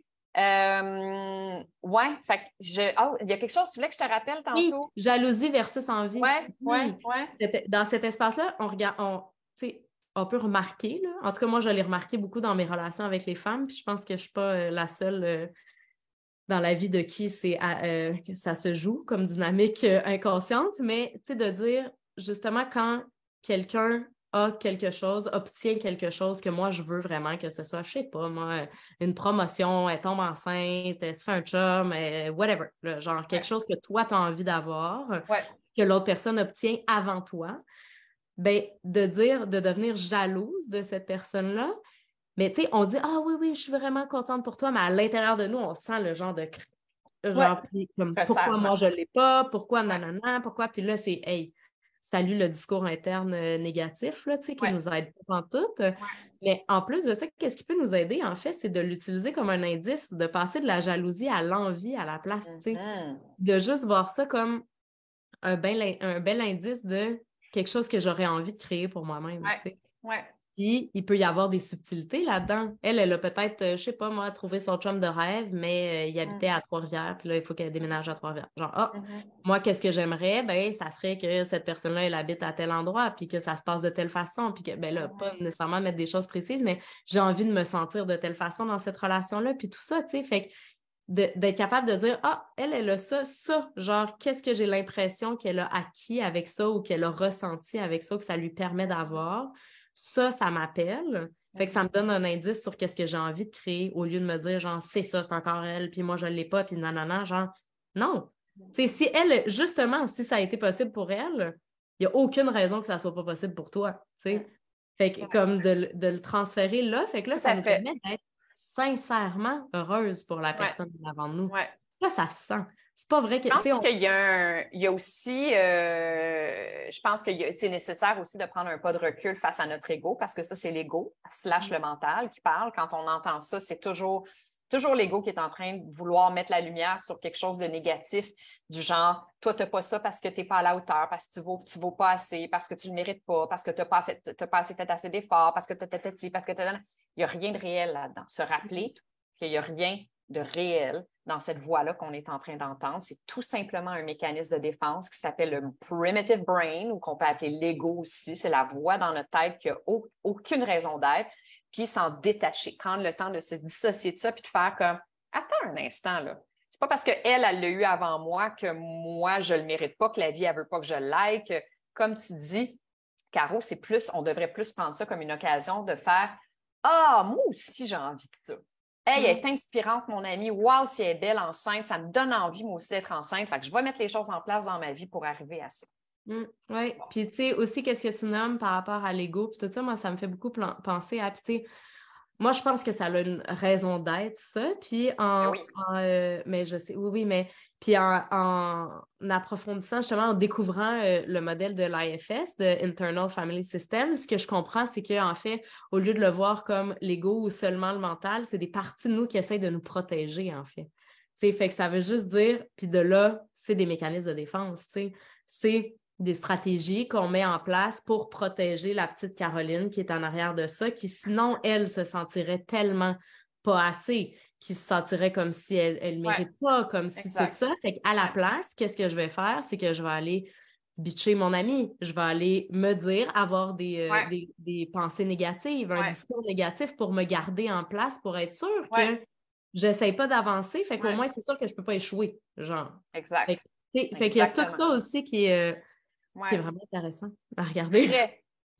[SPEAKER 2] Euh, ouais, fait que je. Oh, il y a quelque chose, tu voulais que je te rappelle
[SPEAKER 3] Oui,
[SPEAKER 2] tantôt?
[SPEAKER 3] jalousie versus envie.
[SPEAKER 2] Ouais, ouais,
[SPEAKER 3] Oui.
[SPEAKER 2] ouais.
[SPEAKER 3] C'était- Dans cet espace-là, on regarde, on, tu sais, on peut remarquer, là. En tout cas, moi, je l'ai remarqué beaucoup dans mes relations avec les femmes, puis je pense que je ne suis pas euh, la seule euh, dans la vie de qui c'est euh, que ça se joue comme dynamique euh, inconsciente, mais tu sais, de dire justement quand quelqu'un a quelque chose, obtient quelque chose que moi je veux vraiment que ce soit, je sais pas, moi, une promotion, elle tombe enceinte, elle se fait un chum, elle- whatever, là, genre quelque
[SPEAKER 2] Ouais.
[SPEAKER 3] chose que toi tu as envie d'avoir,
[SPEAKER 2] Ouais.
[SPEAKER 3] que l'autre personne obtient avant toi, ben de dire, de devenir jalouse de cette personne-là. Mais tu sais, on dit, ah oui, oui, je suis vraiment contente pour toi, mais à l'intérieur de nous, on sent le genre de cr-
[SPEAKER 2] Ouais.
[SPEAKER 3] rempli, comme pourquoi
[SPEAKER 2] Resserrement.
[SPEAKER 3] moi je ne l'ai pas, pourquoi
[SPEAKER 2] Ouais.
[SPEAKER 3] nanana, pourquoi, puis là, c'est, hey, salut le discours interne euh, négatif, là, tu sais, qui
[SPEAKER 2] Ouais.
[SPEAKER 3] nous aide pas en tout.
[SPEAKER 2] Ouais.
[SPEAKER 3] Mais en plus de ça, qu'est-ce qui peut nous aider, en fait, c'est de l'utiliser comme un indice, de passer de la jalousie à l'envie à la place, tu sais,
[SPEAKER 2] Mhm.
[SPEAKER 3] de juste voir ça comme un bel, un bel indice de quelque chose que j'aurais envie de créer pour moi-même,
[SPEAKER 2] Ouais.
[SPEAKER 3] tu sais.
[SPEAKER 2] Ouais.
[SPEAKER 3] Puis, il peut y avoir des subtilités là-dedans. Elle, elle a peut-être, euh, je sais pas moi, trouvé son chum de rêve, mais euh, il habitait à Trois-Rivières, puis là, il faut qu'elle déménage à Trois-Rivières. Genre, ah,
[SPEAKER 2] Mhm.
[SPEAKER 3] moi, qu'est-ce que j'aimerais? Ben, ça serait que cette personne-là, elle habite à tel endroit, puis que ça se passe de telle façon, puis que, ben là, pas nécessairement mettre des choses précises, mais j'ai envie de me sentir de telle façon dans cette relation-là, puis tout ça, tu sais. Fait que de- d'être capable de dire, ah, elle, elle a ça, ça, genre, qu'est-ce que j'ai l'impression qu'elle a acquis avec ça ou qu'elle a ressenti avec ça, que ça lui permet d'avoir. Ça, ça m'appelle. Fait que ça me donne un indice sur qu'est-ce que j'ai envie de créer au lieu de me dire, genre, c'est ça, c'est encore elle, puis moi, je ne l'ai pas, puis nanana, genre, non. Tu sais, si elle, justement, si ça a été possible pour elle, il n'y a aucune raison que ça ne soit pas possible pour toi, tu sais. Fait que, comme de, le- de le transférer là, fait que là,
[SPEAKER 2] Tout
[SPEAKER 3] ça
[SPEAKER 2] à
[SPEAKER 3] nous
[SPEAKER 2] fait.
[SPEAKER 3] permet d'être sincèrement heureuse pour la
[SPEAKER 2] Ouais.
[SPEAKER 3] personne avant de nous.
[SPEAKER 2] Ouais.
[SPEAKER 3] Ça, ça se sent. C'est pas vrai que,
[SPEAKER 2] Je
[SPEAKER 3] tu sais,
[SPEAKER 2] pense
[SPEAKER 3] on...
[SPEAKER 2] qu'il y a, un, il y a aussi, euh, je pense que il y a- c'est nécessaire aussi de prendre un pas de recul face à notre ego, parce que ça, c'est l'ego, slash le mental qui parle. Quand on entend ça, c'est toujours, toujours l'ego qui est en train de vouloir mettre la lumière sur quelque chose de négatif, du genre, toi, tu n'as pas ça parce que tu n'es pas à la hauteur, parce que tu ne vaux, tu vaux pas assez, parce que tu ne le mérites pas, parce que tu n'as pas, fait, t'as pas assez fait assez d'efforts, parce que tu as petit, parce que tu as... Il n'y a rien de réel là-dedans. Se rappeler qu'il n'y a rien de réel dans cette voie-là qu'on est en train d'entendre. C'est tout simplement un mécanisme de défense qui s'appelle le primitive brain, ou qu'on peut appeler l'ego aussi. C'est la voix dans notre tête qui n'a au- aucune raison d'être, puis s'en détacher, prendre le temps de se dissocier de ça, puis de faire comme, attends un instant, là. C'est pas parce qu'elle, elle l'a eu avant moi que moi, je le mérite pas, que la vie, elle veut pas que je l'aille, que, comme tu dis, Caro, c'est plus, on devrait plus prendre ça comme une occasion de faire, ah, moi aussi, j'ai envie de ça. Hey, elle est inspirante, mon amie. Wow, si elle est belle enceinte, ça me donne envie, moi aussi, d'être enceinte. Fait que je vais mettre les choses en place dans ma vie pour arriver à ça.
[SPEAKER 3] Mm, oui, puis tu sais, aussi, qu'est-ce que tu nommes par rapport à l'ego, puis tout ça, moi, ça me fait beaucoup plan- penser à, puis tu sais, moi, je pense que ça a une raison d'être, ça, puis en,
[SPEAKER 2] Oui.
[SPEAKER 3] en, euh, mais je sais, oui, oui, mais, puis en, en approfondissant, justement, en découvrant euh, le modèle de l'I F S, de Internal Family System, ce que je comprends, c'est qu'en fait, au lieu de le voir comme l'ego ou seulement le mental, c'est des parties de nous qui essayent de nous protéger, en fait. Tu sais, fait que ça veut juste dire, puis de là, c'est des mécanismes de défense, tu sais, c'est des stratégies qu'on met en place pour protéger la petite Caroline qui est en arrière de ça, qui sinon, elle se sentirait tellement pas assez, qui se sentirait comme si elle ne mérite
[SPEAKER 2] Ouais.
[SPEAKER 3] pas, comme si
[SPEAKER 2] Exact.
[SPEAKER 3] tout ça. Fait qu'à la
[SPEAKER 2] Ouais.
[SPEAKER 3] place, qu'est-ce que je vais faire? C'est que je vais aller bitcher mon ami. Je vais aller me dire, avoir des, euh,
[SPEAKER 2] Ouais.
[SPEAKER 3] des, des pensées négatives, un
[SPEAKER 2] Ouais.
[SPEAKER 3] discours négatif pour me garder en place, pour être sûre
[SPEAKER 2] Ouais.
[SPEAKER 3] que j'essaye pas d'avancer. Fait qu'au
[SPEAKER 2] Ouais.
[SPEAKER 3] moins, c'est sûr que je peux pas échouer, genre.
[SPEAKER 2] Exact.
[SPEAKER 3] Fait, que, tu sais, fait qu'il y a tout
[SPEAKER 2] Exactement.
[SPEAKER 3] ça aussi qui est... euh,
[SPEAKER 2] Ouais.
[SPEAKER 3] qui est vraiment intéressant à regarder.
[SPEAKER 2] Très,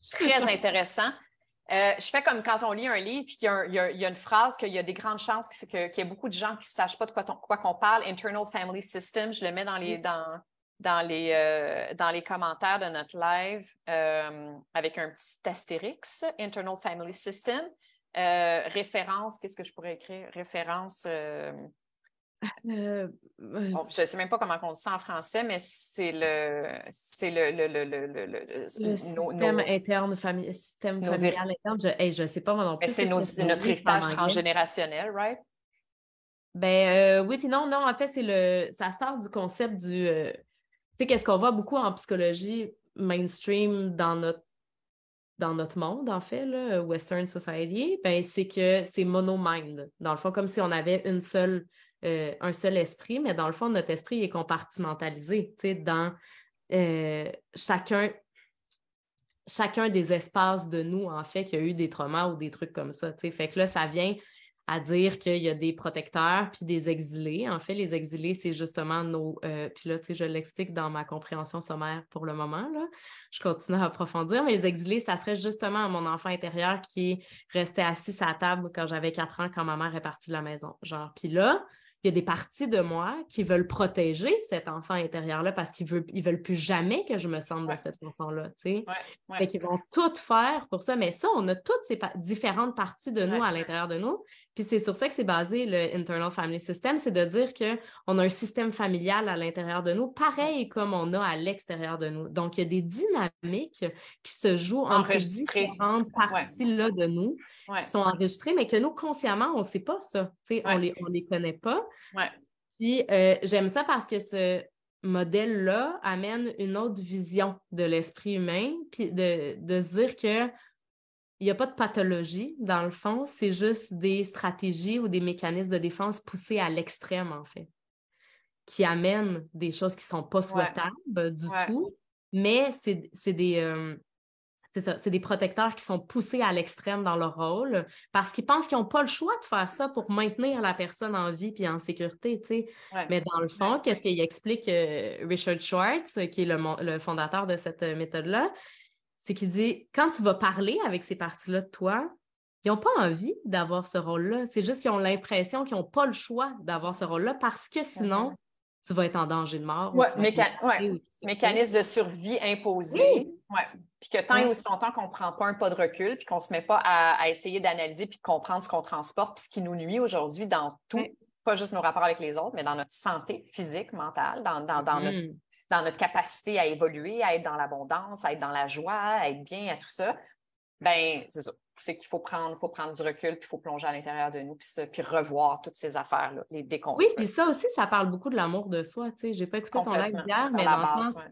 [SPEAKER 2] Très intéressant. Euh, je fais comme quand on lit un livre, puis qu'il y a, un, il y a, il y a une phrase qu'il y a des grandes chances que, que, qu'il y ait beaucoup de gens qui ne sachent pas de quoi, ton, quoi qu'on parle. Internal Family System, je le mets dans les, dans, dans les, euh, dans les commentaires de notre live euh, avec un petit astérix. Internal Family System. Euh, référence, qu'est-ce que je pourrais écrire? Référence... Euh,
[SPEAKER 3] Euh,
[SPEAKER 2] bon, je ne sais même pas comment on dit ça en français, mais c'est le c'est le, le, le, le, le, le,
[SPEAKER 3] le
[SPEAKER 2] nos,
[SPEAKER 3] système
[SPEAKER 2] nos,
[SPEAKER 3] interne, fami système
[SPEAKER 2] nos
[SPEAKER 3] familial interne. Je hey, je sais pas moi non plus.
[SPEAKER 2] c'est nos, notre héritage transgénérationnel, right?
[SPEAKER 3] Ben euh, oui, puis non, non, en fait, c'est le ça sort du concept du euh, tu sais, qu'est-ce qu'on voit beaucoup en psychologie mainstream dans notre dans notre monde, en fait, là, Western Society, ben, c'est que c'est mono-mind. Dans le fond, comme si on avait une seule, euh, un seul esprit, mais dans le fond, notre esprit est compartimentalisé, tu sais, dans euh, chacun, chacun des espaces de nous, en fait, qui a eu des traumas ou des trucs comme ça, tu sais. Fait que là, ça vient à dire qu'il y a des protecteurs puis des exilés. En fait, les exilés, c'est justement nos... Euh, puis là, tu sais, je l'explique dans ma compréhension sommaire pour le moment, là. Je continue à approfondir, mais les exilés, ça serait justement mon enfant intérieur qui restait assis à la table quand j'avais quatre ans, quand ma mère est partie de la maison. Genre, puis là, il y a des parties de moi qui veulent protéger cet enfant intérieur-là parce qu'ils veulent, ils veulent plus jamais que je me sente ouais. de cette façon-là, tu sais.
[SPEAKER 2] Ouais, ouais.
[SPEAKER 3] Fait qu'ils vont tout faire pour ça. Mais ça, on a toutes ces pa- différentes parties de nous ouais. à l'intérieur de nous. Puis c'est sur ça que c'est basé le Internal Family System, c'est de dire qu'on a un système familial à l'intérieur de nous, pareil comme on a à l'extérieur de nous. Donc, il y a des dynamiques qui se jouent entre ces différentes parties-là ouais. de nous, ouais. qui sont enregistrées, mais que nous, consciemment, on ne sait pas ça. Tu sais, ouais. on les, on les connaît pas.
[SPEAKER 2] Ouais.
[SPEAKER 3] Puis euh, j'aime ça parce que ce modèle-là amène une autre vision de l'esprit humain, puis de, de se dire que il n'y a pas de pathologie, dans le fond, c'est juste des stratégies ou des mécanismes de défense poussés à l'extrême, en fait, qui amènent des choses qui ne sont pas souhaitables ouais. du ouais. tout, mais c'est, c'est des... Euh, C'est ça, c'est des protecteurs qui sont poussés à l'extrême dans leur rôle parce qu'ils pensent qu'ils n'ont pas le choix de faire ça pour maintenir la personne en vie et en sécurité, tu sais. Ouais. Mais dans le fond, ouais. qu'est-ce qu'il explique euh, Richard Schwartz, qui est le, le fondateur de cette méthode-là, c'est qu'il dit, quand tu vas parler avec ces parties-là de toi, ils n'ont pas envie d'avoir ce rôle-là. C'est juste qu'ils ont l'impression qu'ils n'ont pas le choix d'avoir ce rôle-là parce que sinon, mm-hmm. tu vas être en danger de mort.
[SPEAKER 2] Ouais, méca... ouais. Mécanisme de survie imposé. Oui. Ouais. Puis que tant et aussi longtemps qu'on ne prend pas un pas de recul, puis qu'on ne se met pas à, à essayer d'analyser puis de comprendre ce qu'on transporte, puis ce qui nous nuit aujourd'hui dans tout, oui. pas juste nos rapports avec les autres, mais dans notre santé physique, mentale, dans, dans, dans, mm. notre, dans notre capacité à évoluer, à être dans l'abondance, à être dans la joie, à être bien, à tout ça, bien, c'est ça. C'est qu'il faut prendre, faut prendre du recul, puis il faut plonger à l'intérieur de nous, puis, ça, puis revoir toutes ces affaires-là, les déconstruire.
[SPEAKER 3] Oui, puis ça aussi, ça parle beaucoup de l'amour de soi. Tu sais, j'ai pas écouté ton live hier, mais dans base, le sens, ouais.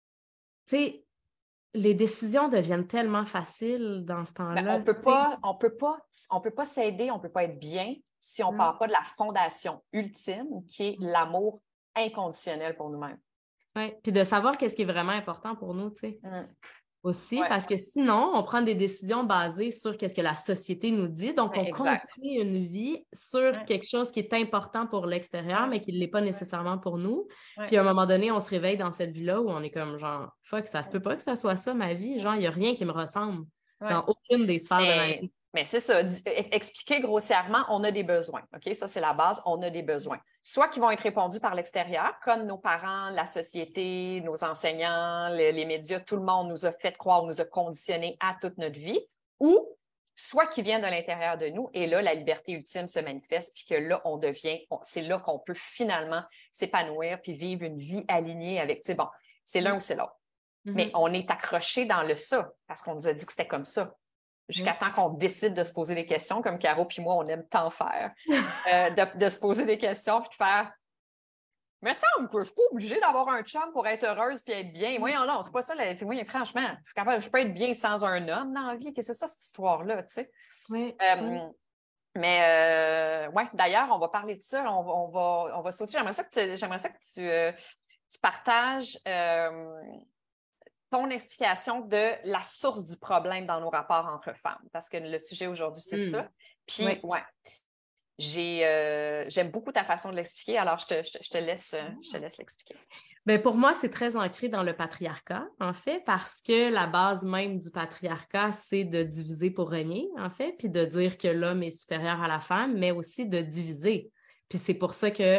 [SPEAKER 3] tu sais, les décisions deviennent tellement faciles dans ce temps-là.
[SPEAKER 2] Ben, on peut pas, on peut pas, on peut pas s'aider, on peut pas être bien si on ne mm. part pas de la fondation ultime, qui est l'amour inconditionnel pour nous-mêmes.
[SPEAKER 3] Oui, puis de savoir qu'est-ce qui est vraiment important pour nous, tu sais. Mm. Aussi, ouais. parce que sinon, on prend des décisions basées sur qu'est-ce que la société nous dit. Donc, on exact. construit une vie sur ouais. quelque chose qui est important pour l'extérieur, ouais. mais qui ne l'est pas nécessairement pour nous. Ouais. Puis, à un moment donné, on se réveille dans cette vie-là où on est comme genre, fuck, ça se peut pas que ça soit ça, ma vie. Genre, il n'y a rien qui me ressemble ouais. dans aucune des sphères mais... de ma vie.
[SPEAKER 2] Mais c'est ça, expliquer grossièrement, on a des besoins, OK? Ça, c'est la base, on a des besoins. Soit qui vont être répondus par l'extérieur, comme nos parents, la société, nos enseignants, les, les médias, tout le monde nous a fait croire, nous a conditionnés à toute notre vie, ou soit qui viennent de l'intérieur de nous, et là, la liberté ultime se manifeste, puis que là, on devient, on, c'est là qu'on peut finalement s'épanouir, puis vivre une vie alignée avec, tu sais, bon, c'est l'un ou c'est l'autre. Mm-hmm. Mais on est accroché dans le ça, parce qu'on nous a dit que c'était comme ça. Jusqu'à temps qu'on décide de se poser des questions, comme Caro puis moi, on aime tant faire, euh, de, de se poser des questions puis de faire « Il me semble que je ne suis pas obligée d'avoir un chum pour être heureuse puis être bien. Voyons non, c'est pas ça. La... Oui, franchement, je suis capable, je peux être bien sans un homme dans la vie. Qu'est-ce que c'est ça, cette histoire-là, tu sais? »
[SPEAKER 3] Oui.
[SPEAKER 2] Euh, oui. Mais, euh, ouais, d'ailleurs, on va parler de ça. On va, on va, on va sauter. J'aimerais ça que tu, j'aimerais ça que tu, euh, tu partages... Euh, ton explication de la source du problème dans nos rapports entre femmes, parce que le sujet aujourd'hui, c'est mmh. ça. Puis, oui. ouais, j'ai, euh, j'aime beaucoup ta façon de l'expliquer, alors je te, je te, je te laisse, je te laisse l'expliquer.
[SPEAKER 3] Bien, pour moi, c'est très ancré dans le patriarcat, en fait, parce que la base même du patriarcat, c'est de diviser pour régner, en fait, puis de dire que l'homme est supérieur à la femme, mais aussi de diviser. Puis c'est pour ça que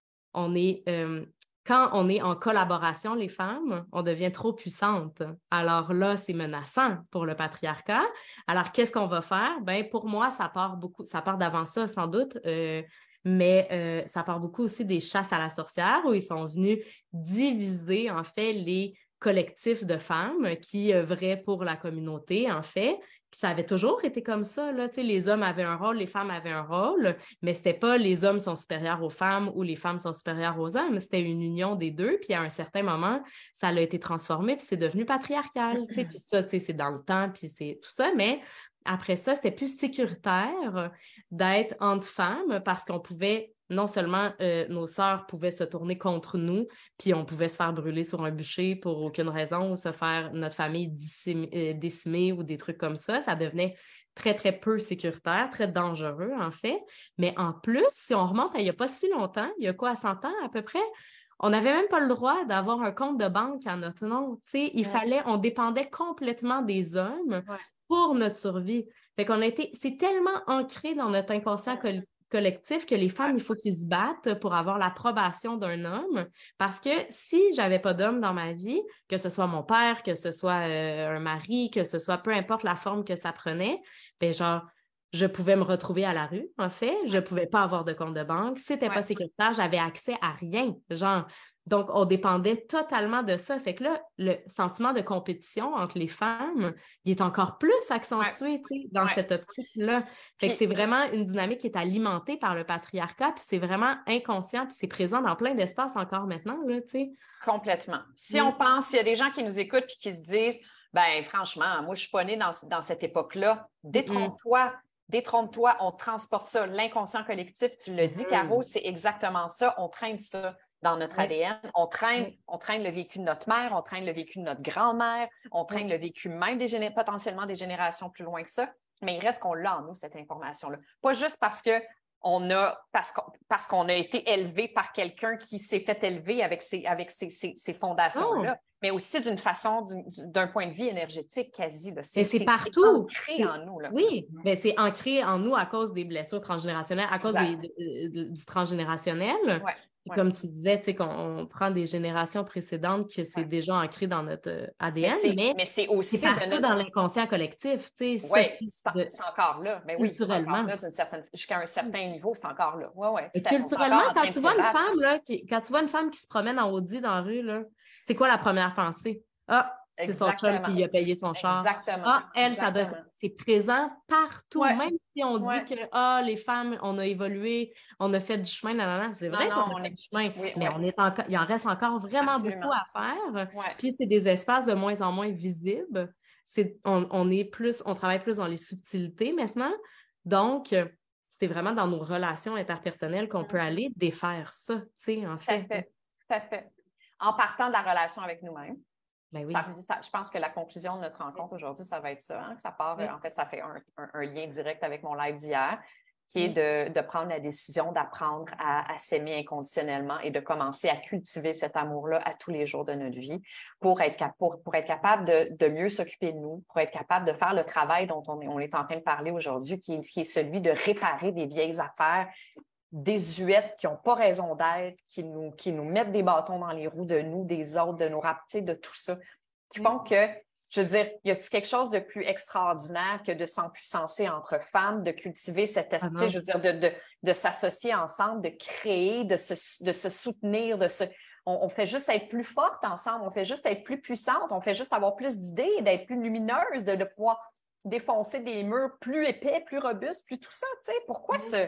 [SPEAKER 3] on est, euh, quand on est en collaboration, les femmes, on devient trop puissante. Alors là, c'est menaçant pour le patriarcat. Alors, qu'est-ce qu'on va faire? Bien, pour moi, ça part beaucoup, ça part d'avant ça, sans doute. Euh, mais euh, ça part beaucoup aussi des chasses à la sorcière où ils sont venus diviser, en fait, les collectifs de femmes qui œuvraient pour la communauté, en fait. Puis ça avait toujours été comme ça, là. Tu sais, les hommes avaient un rôle, les femmes avaient un rôle, mais c'était pas les hommes sont supérieurs aux femmes ou les femmes sont supérieures aux hommes. C'était une union des deux. Puis à un certain moment, ça a été transformé, puis c'est devenu patriarcal. Tu sais. Puis ça, tu sais, c'est dans le temps, puis c'est tout ça. Mais après ça, c'était plus sécuritaire d'être entre femmes parce qu'on pouvait, non seulement euh, nos sœurs pouvaient se tourner contre nous, puis on pouvait se faire brûler sur un bûcher pour aucune raison ou se faire notre famille décimée, euh, décimée ou des trucs comme ça. Ça devenait très, très peu sécuritaire, très dangereux en fait. Mais en plus, si on remonte à il n'y a pas si longtemps, il y a quoi, à cent ans à peu près, on n'avait même pas le droit d'avoir un compte de banque à notre nom. Tu sais, il ouais. fallait, on dépendait complètement des hommes ouais. pour notre survie. Fait qu'on a été, c'est tellement ancré dans notre inconscient ouais. co- collectif que les femmes, ouais. il faut qu'ils se battent pour avoir l'approbation d'un homme. Parce que si j'avais pas d'homme dans ma vie, que ce soit mon père, que ce soit euh, un mari, que ce soit peu importe la forme que ça prenait, ben genre, je pouvais me retrouver à la rue, en fait. Je ne pouvais pas avoir de compte de banque. C'était ouais. pas sécuritaire. J'avais accès à rien. Genre, donc, on dépendait totalement de ça. Fait que là, le sentiment de compétition entre les femmes, il est encore plus accentué, tu sais, dans ouais. cette optique-là. Fait puis, que c'est vraiment une dynamique qui est alimentée par le patriarcat, puis c'est vraiment inconscient, puis c'est présent dans plein d'espaces encore maintenant, là, tu sais.
[SPEAKER 2] Complètement. Si mmh. on pense, il y a des gens qui nous écoutent puis qui se disent, ben franchement, moi, je suis pas née dans, dans cette époque-là. Détrompe-toi. Mmh. Détrompe-toi, on transporte ça. L'inconscient collectif, tu le dis, mmh. Caro, c'est exactement ça. On traîne ça dans notre oui. A D N. On traîne, oui. on traîne le vécu de notre mère, on traîne le vécu de notre grand-mère, on traîne oui. le vécu même des géné- potentiellement des générations plus loin que ça. Mais il reste qu'on l'a en nous, cette information-là. Pas juste parce que on a, parce qu'on, parce qu'on a été élevé par quelqu'un qui s'est fait élever avec ces, avec ces, ces, ces fondations-là, oh. mais aussi d'une façon, d'un, d'un point de vue énergétique quasi. Là.
[SPEAKER 3] C'est, c'est, c'est partout.
[SPEAKER 2] C'est ancré
[SPEAKER 3] c'est,
[SPEAKER 2] en nous. Là.
[SPEAKER 3] Oui, mais c'est ancré en nous à cause des blessures transgénérationnelles, à cause des, de, de, du transgénérationnel. Ouais. Ouais. Comme tu disais, tu sais, qu'on prend des générations précédentes que c'est ouais. déjà ancré dans notre A D N, mais c'est, mais
[SPEAKER 2] mais c'est aussi
[SPEAKER 3] c'est partout
[SPEAKER 2] de notre...
[SPEAKER 3] dans l'inconscient collectif. Tu sais,
[SPEAKER 2] oui,
[SPEAKER 3] c'est,
[SPEAKER 2] c'est, c'est encore là. Mais oui, c'est encore là d'une certaine... jusqu'à un certain niveau, c'est encore là. Ouais, ouais,
[SPEAKER 3] Et culturellement, quand tu vois une femme, là, qui... quand tu vois une femme qui se promène en Audi dans la rue, là, c'est quoi la première pensée? Ah! C'est Exactement. son chum qui a payé son char.
[SPEAKER 2] Exactement.
[SPEAKER 3] Ah, elle,
[SPEAKER 2] Exactement.
[SPEAKER 3] ça doit être... C'est présent partout. Ouais. Même si on dit
[SPEAKER 2] ouais.
[SPEAKER 3] que ah, les femmes, on a évolué, on a fait du chemin, non, non, non. C'est vrai non, non, qu'on a fait est... du chemin, oui, mais oui. On est encore... il en reste encore vraiment Absolument. Beaucoup à faire.
[SPEAKER 2] Ouais.
[SPEAKER 3] Puis c'est des espaces de moins en moins visibles. C'est... On, on est plus, on travaille plus dans les subtilités maintenant. Donc, c'est vraiment dans nos relations interpersonnelles qu'on mmh. peut aller défaire ça, tu sais, en fait.
[SPEAKER 2] Tout à fait. Tout à fait. En partant de la relation avec nous-mêmes.
[SPEAKER 3] Ben oui.
[SPEAKER 2] ça, ça, je pense que la conclusion de notre rencontre aujourd'hui, ça va être ça. Hein, que ça part, oui. En fait, ça fait un, un, un lien direct avec mon live d'hier, qui oui. est de, de prendre la décision d'apprendre à, à s'aimer inconditionnellement et de commencer à cultiver cet amour-là à tous les jours de notre vie pour être, cap- pour, pour être capable de, de mieux s'occuper de nous, pour être capable de faire le travail dont on est, on est en train de parler aujourd'hui, qui, qui est celui de réparer des vieilles affaires désuètes, qui n'ont pas raison d'être, qui nous, qui nous mettent des bâtons dans les roues de nous, des autres, de nos raptés, de tout ça, qui font que, je veux dire, y a-t-il quelque chose de plus extraordinaire que de s'empuissancer entre femmes, de cultiver cet esprit, ah je veux dire, de, de, de s'associer ensemble, de créer, de se, de se soutenir, de se... On, on fait juste être plus forte ensemble, on fait juste être plus puissante, on fait juste avoir plus d'idées, d'être plus lumineuse, de, de pouvoir défoncer des murs plus épais, plus robustes, plus tout ça, tu sais, pourquoi ce...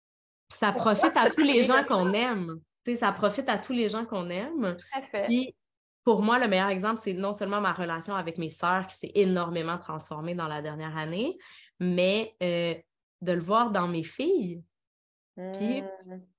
[SPEAKER 3] Ça profite à tous les gens qu'on aime. Tu sais, ça profite à tous les gens qu'on aime.
[SPEAKER 2] Tout à fait.
[SPEAKER 3] Puis, pour moi, le meilleur exemple, c'est non seulement ma relation avec mes sœurs qui s'est énormément transformée dans la dernière année, mais euh, de le voir dans mes filles. Mm. Puis,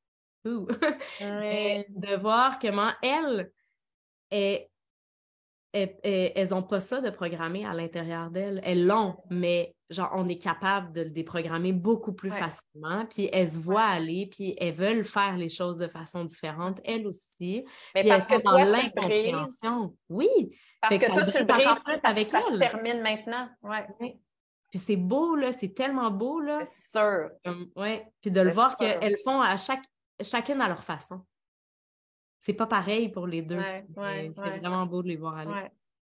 [SPEAKER 3] ouh, mm. de voir comment elles, elles, elles n'ont pas ça de programmer à l'intérieur d'elles. Elles l'ont, mais genre, on est capable de le déprogrammer beaucoup plus ouais. facilement. Puis elles se voient ouais. aller, puis elles veulent faire les choses de façon différente, elles aussi.
[SPEAKER 2] Mais
[SPEAKER 3] puis
[SPEAKER 2] parce
[SPEAKER 3] elles
[SPEAKER 2] que
[SPEAKER 3] sont
[SPEAKER 2] toi,
[SPEAKER 3] dans
[SPEAKER 2] tu le brises.
[SPEAKER 3] Oui.
[SPEAKER 2] Parce que, que toi, tu le brises
[SPEAKER 3] avec
[SPEAKER 2] ça
[SPEAKER 3] elles.
[SPEAKER 2] se termine maintenant. Ouais.
[SPEAKER 3] Oui. Puis c'est beau, là, c'est tellement beau, là.
[SPEAKER 2] C'est sûr.
[SPEAKER 3] Um, oui. Puis de le
[SPEAKER 2] c'est
[SPEAKER 3] voir
[SPEAKER 2] sûr.
[SPEAKER 3] qu'elles font à chaque, chacune à leur façon. C'est pas pareil pour les deux.
[SPEAKER 2] Ouais, ouais,
[SPEAKER 3] c'est
[SPEAKER 2] ouais.
[SPEAKER 3] vraiment beau de les voir aller.
[SPEAKER 2] Ouais.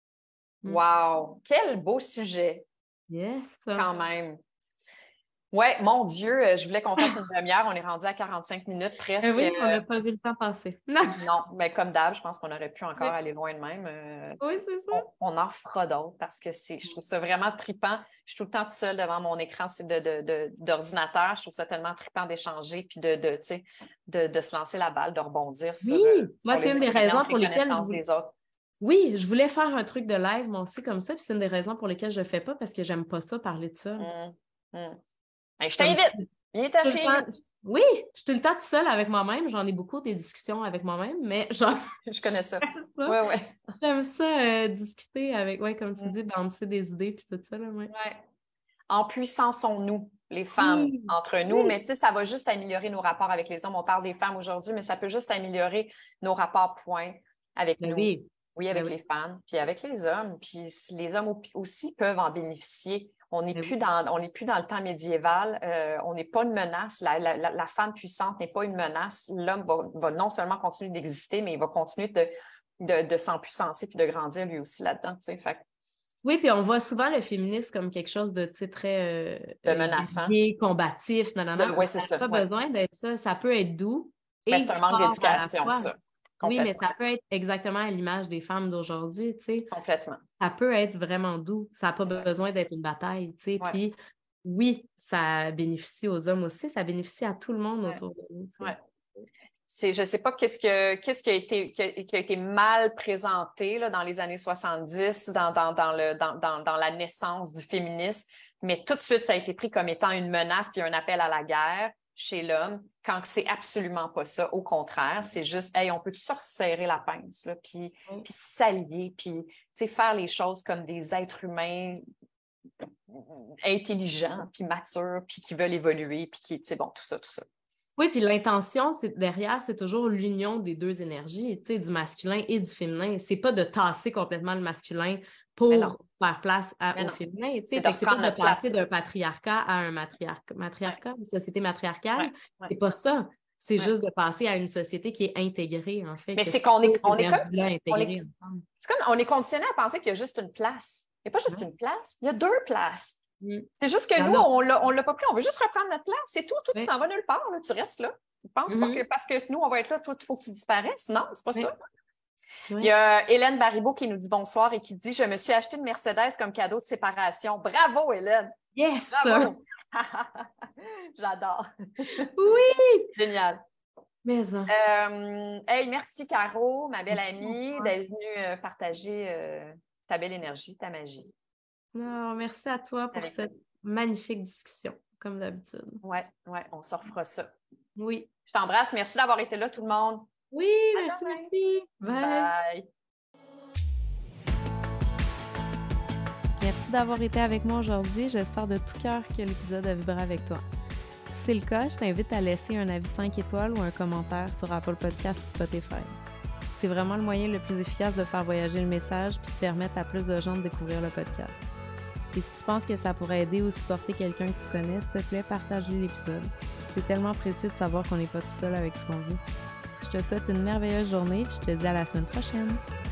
[SPEAKER 2] Wow! Quel beau sujet!
[SPEAKER 3] Yes!
[SPEAKER 2] Quand même. Ouais, mon Dieu, je voulais qu'on fasse une demi-heure. On est rendu à quarante-cinq minutes presque.
[SPEAKER 3] Oui, on n'a pas vu le temps passer.
[SPEAKER 2] Non, mais comme d'hab, je pense qu'on aurait pu encore
[SPEAKER 3] oui.
[SPEAKER 2] aller loin de même. Euh,
[SPEAKER 3] oui, c'est ça.
[SPEAKER 2] On, on en fera d'autres parce que c'est, je trouve ça vraiment trippant. Je suis tout le temps toute seule devant mon écran de, de, de, d'ordinateur. Je trouve ça tellement trippant d'échanger puis de, de, de, de se lancer la balle, de rebondir sur,
[SPEAKER 3] oui.
[SPEAKER 2] euh,
[SPEAKER 3] moi,
[SPEAKER 2] sur
[SPEAKER 3] c'est
[SPEAKER 2] les
[SPEAKER 3] une des raisons pour
[SPEAKER 2] les
[SPEAKER 3] lesquelles je
[SPEAKER 2] voulais... des autres.
[SPEAKER 3] Oui, je voulais faire un truc de live, moi aussi, comme ça, puis c'est une des raisons pour lesquelles je ne fais pas, parce que j'aime pas ça, parler de ça.
[SPEAKER 2] Mmh. Mmh. Hey, je t'invite! Viens ta fille!
[SPEAKER 3] Temps... Oui, je suis tout le temps toute seule avec moi-même. J'en ai beaucoup des discussions avec moi-même, mais genre...
[SPEAKER 2] Je connais ça. ça.
[SPEAKER 3] Oui,
[SPEAKER 2] oui.
[SPEAKER 3] J'aime ça, euh, discuter avec, ouais, comme tu mmh. dis, bouncer des idées, puis tout ça, là, ouais.
[SPEAKER 2] ouais. En puissance-nous, les femmes, oui. entre nous, oui. mais tu sais, ça va juste améliorer nos rapports avec les hommes. On parle des femmes aujourd'hui, mais ça peut juste améliorer nos rapports points avec
[SPEAKER 3] ben
[SPEAKER 2] nous.
[SPEAKER 3] Oui.
[SPEAKER 2] Oui, avec
[SPEAKER 3] ben
[SPEAKER 2] les oui. femmes, puis avec les hommes. Puis les hommes aussi peuvent en bénéficier. On n'est plus, oui. plus dans le temps médiéval. Euh, on n'est pas une menace. La, la, la femme puissante n'est pas une menace. L'homme va, va non seulement continuer d'exister, mais il va continuer de, de, de s'empuissancer puis de grandir lui aussi là-dedans. Fait.
[SPEAKER 3] Oui, puis on voit souvent le féminisme comme quelque chose de très... Euh,
[SPEAKER 2] de menaçant.
[SPEAKER 3] Euh, combatif. Non, non, non.
[SPEAKER 2] Oui, c'est
[SPEAKER 3] ça
[SPEAKER 2] ça.
[SPEAKER 3] n'a pas
[SPEAKER 2] ouais.
[SPEAKER 3] besoin d'être ça. Ça peut être doux.
[SPEAKER 2] Mais c'est un manque d'éducation, ça.
[SPEAKER 3] Oui, mais ça peut être exactement à l'image des femmes d'aujourd'hui, tu sais.
[SPEAKER 2] Complètement.
[SPEAKER 3] Ça peut être vraiment doux. Ça n'a pas ouais. besoin d'être une bataille, tu sais. Ouais. Puis, oui, ça bénéficie aux hommes aussi, ça bénéficie à tout le monde ouais. autour de nous.
[SPEAKER 2] Ouais. C'est, je ne sais pas qu'est-ce, que, qu'est-ce qui, a été, qui, a, qui a été mal présenté là, dans les années soixante-dix, dans, dans, dans, le, dans, dans, dans la naissance du féminisme, mais tout de suite, ça a été pris comme étant une menace puis un appel à la guerre chez l'homme, quand c'est absolument pas ça. Au contraire, c'est juste, hey, on peut se resserrer la pince, là, puis, oui. puis s'allier, puis faire les choses comme des êtres humains intelligents, puis matures, puis qui veulent évoluer, puis qui, tu sais, bon, tout ça, tout ça.
[SPEAKER 3] Oui, puis l'intention, c'est derrière, c'est toujours l'union des deux énergies, tu sais, du masculin et du féminin. C'est pas de tasser complètement le masculin pour faire place à, au non. féminin. Tu sais, c'est, c'est pas de passer d'un patriarcat à un matriarcat, matriarcat ouais. une société matriarcale. Ouais. Ouais. C'est pas ça. C'est ouais. juste de passer à une société qui est intégrée, en fait.
[SPEAKER 2] Mais c'est qu'on est, on est comme... On est, c'est comme, on est conditionné à penser qu'il y a juste une place. Il n'y a pas juste ouais. une place, il y a deux places. Mm. C'est juste que nous, on l'a, on l'a pas pris. On veut juste reprendre notre place. C'est tout. Toi, oui. tu t'en vas nulle part. Là, tu restes là. Tu penses mm-hmm. pas que parce que nous, on va être là, toi, il faut que tu disparaisses. Non, c'est pas oui. ça. Oui. Il y a Hélène Baribeau qui nous dit bonsoir et qui dit « Je me suis acheté une Mercedes comme cadeau de séparation. » Bravo, Hélène!
[SPEAKER 3] Yes!
[SPEAKER 2] Bravo! J'adore!
[SPEAKER 3] Oui!
[SPEAKER 2] Génial!
[SPEAKER 3] Mais
[SPEAKER 2] euh, hey, merci, Caro, ma belle merci amie, d'être venue euh, partager euh, ta belle énergie, ta magie.
[SPEAKER 3] Oh, merci à toi pour Avec cette vous. magnifique discussion, comme d'habitude.
[SPEAKER 2] Oui, ouais, on se refera ça.
[SPEAKER 3] Oui.
[SPEAKER 2] Je t'embrasse. Merci d'avoir été là, tout le monde.
[SPEAKER 3] Oui, merci, merci. Bye.
[SPEAKER 2] Bye.
[SPEAKER 1] Merci d'avoir été avec moi aujourd'hui. J'espère de tout cœur que l'épisode a vibré avec toi. Si c'est le cas, je t'invite à laisser un avis cinq étoiles ou un commentaire sur Apple Podcasts ou Spotify. C'est vraiment le moyen le plus efficace de faire voyager le message puis de permettre à plus de gens de découvrir le podcast. Et si tu penses que ça pourrait aider ou supporter quelqu'un que tu connais, s'il te plaît, partage-lui l'épisode. C'est tellement précieux de savoir qu'on n'est pas tout seul avec ce qu'on vit. Je te souhaite une merveilleuse journée puis je te dis à la semaine prochaine.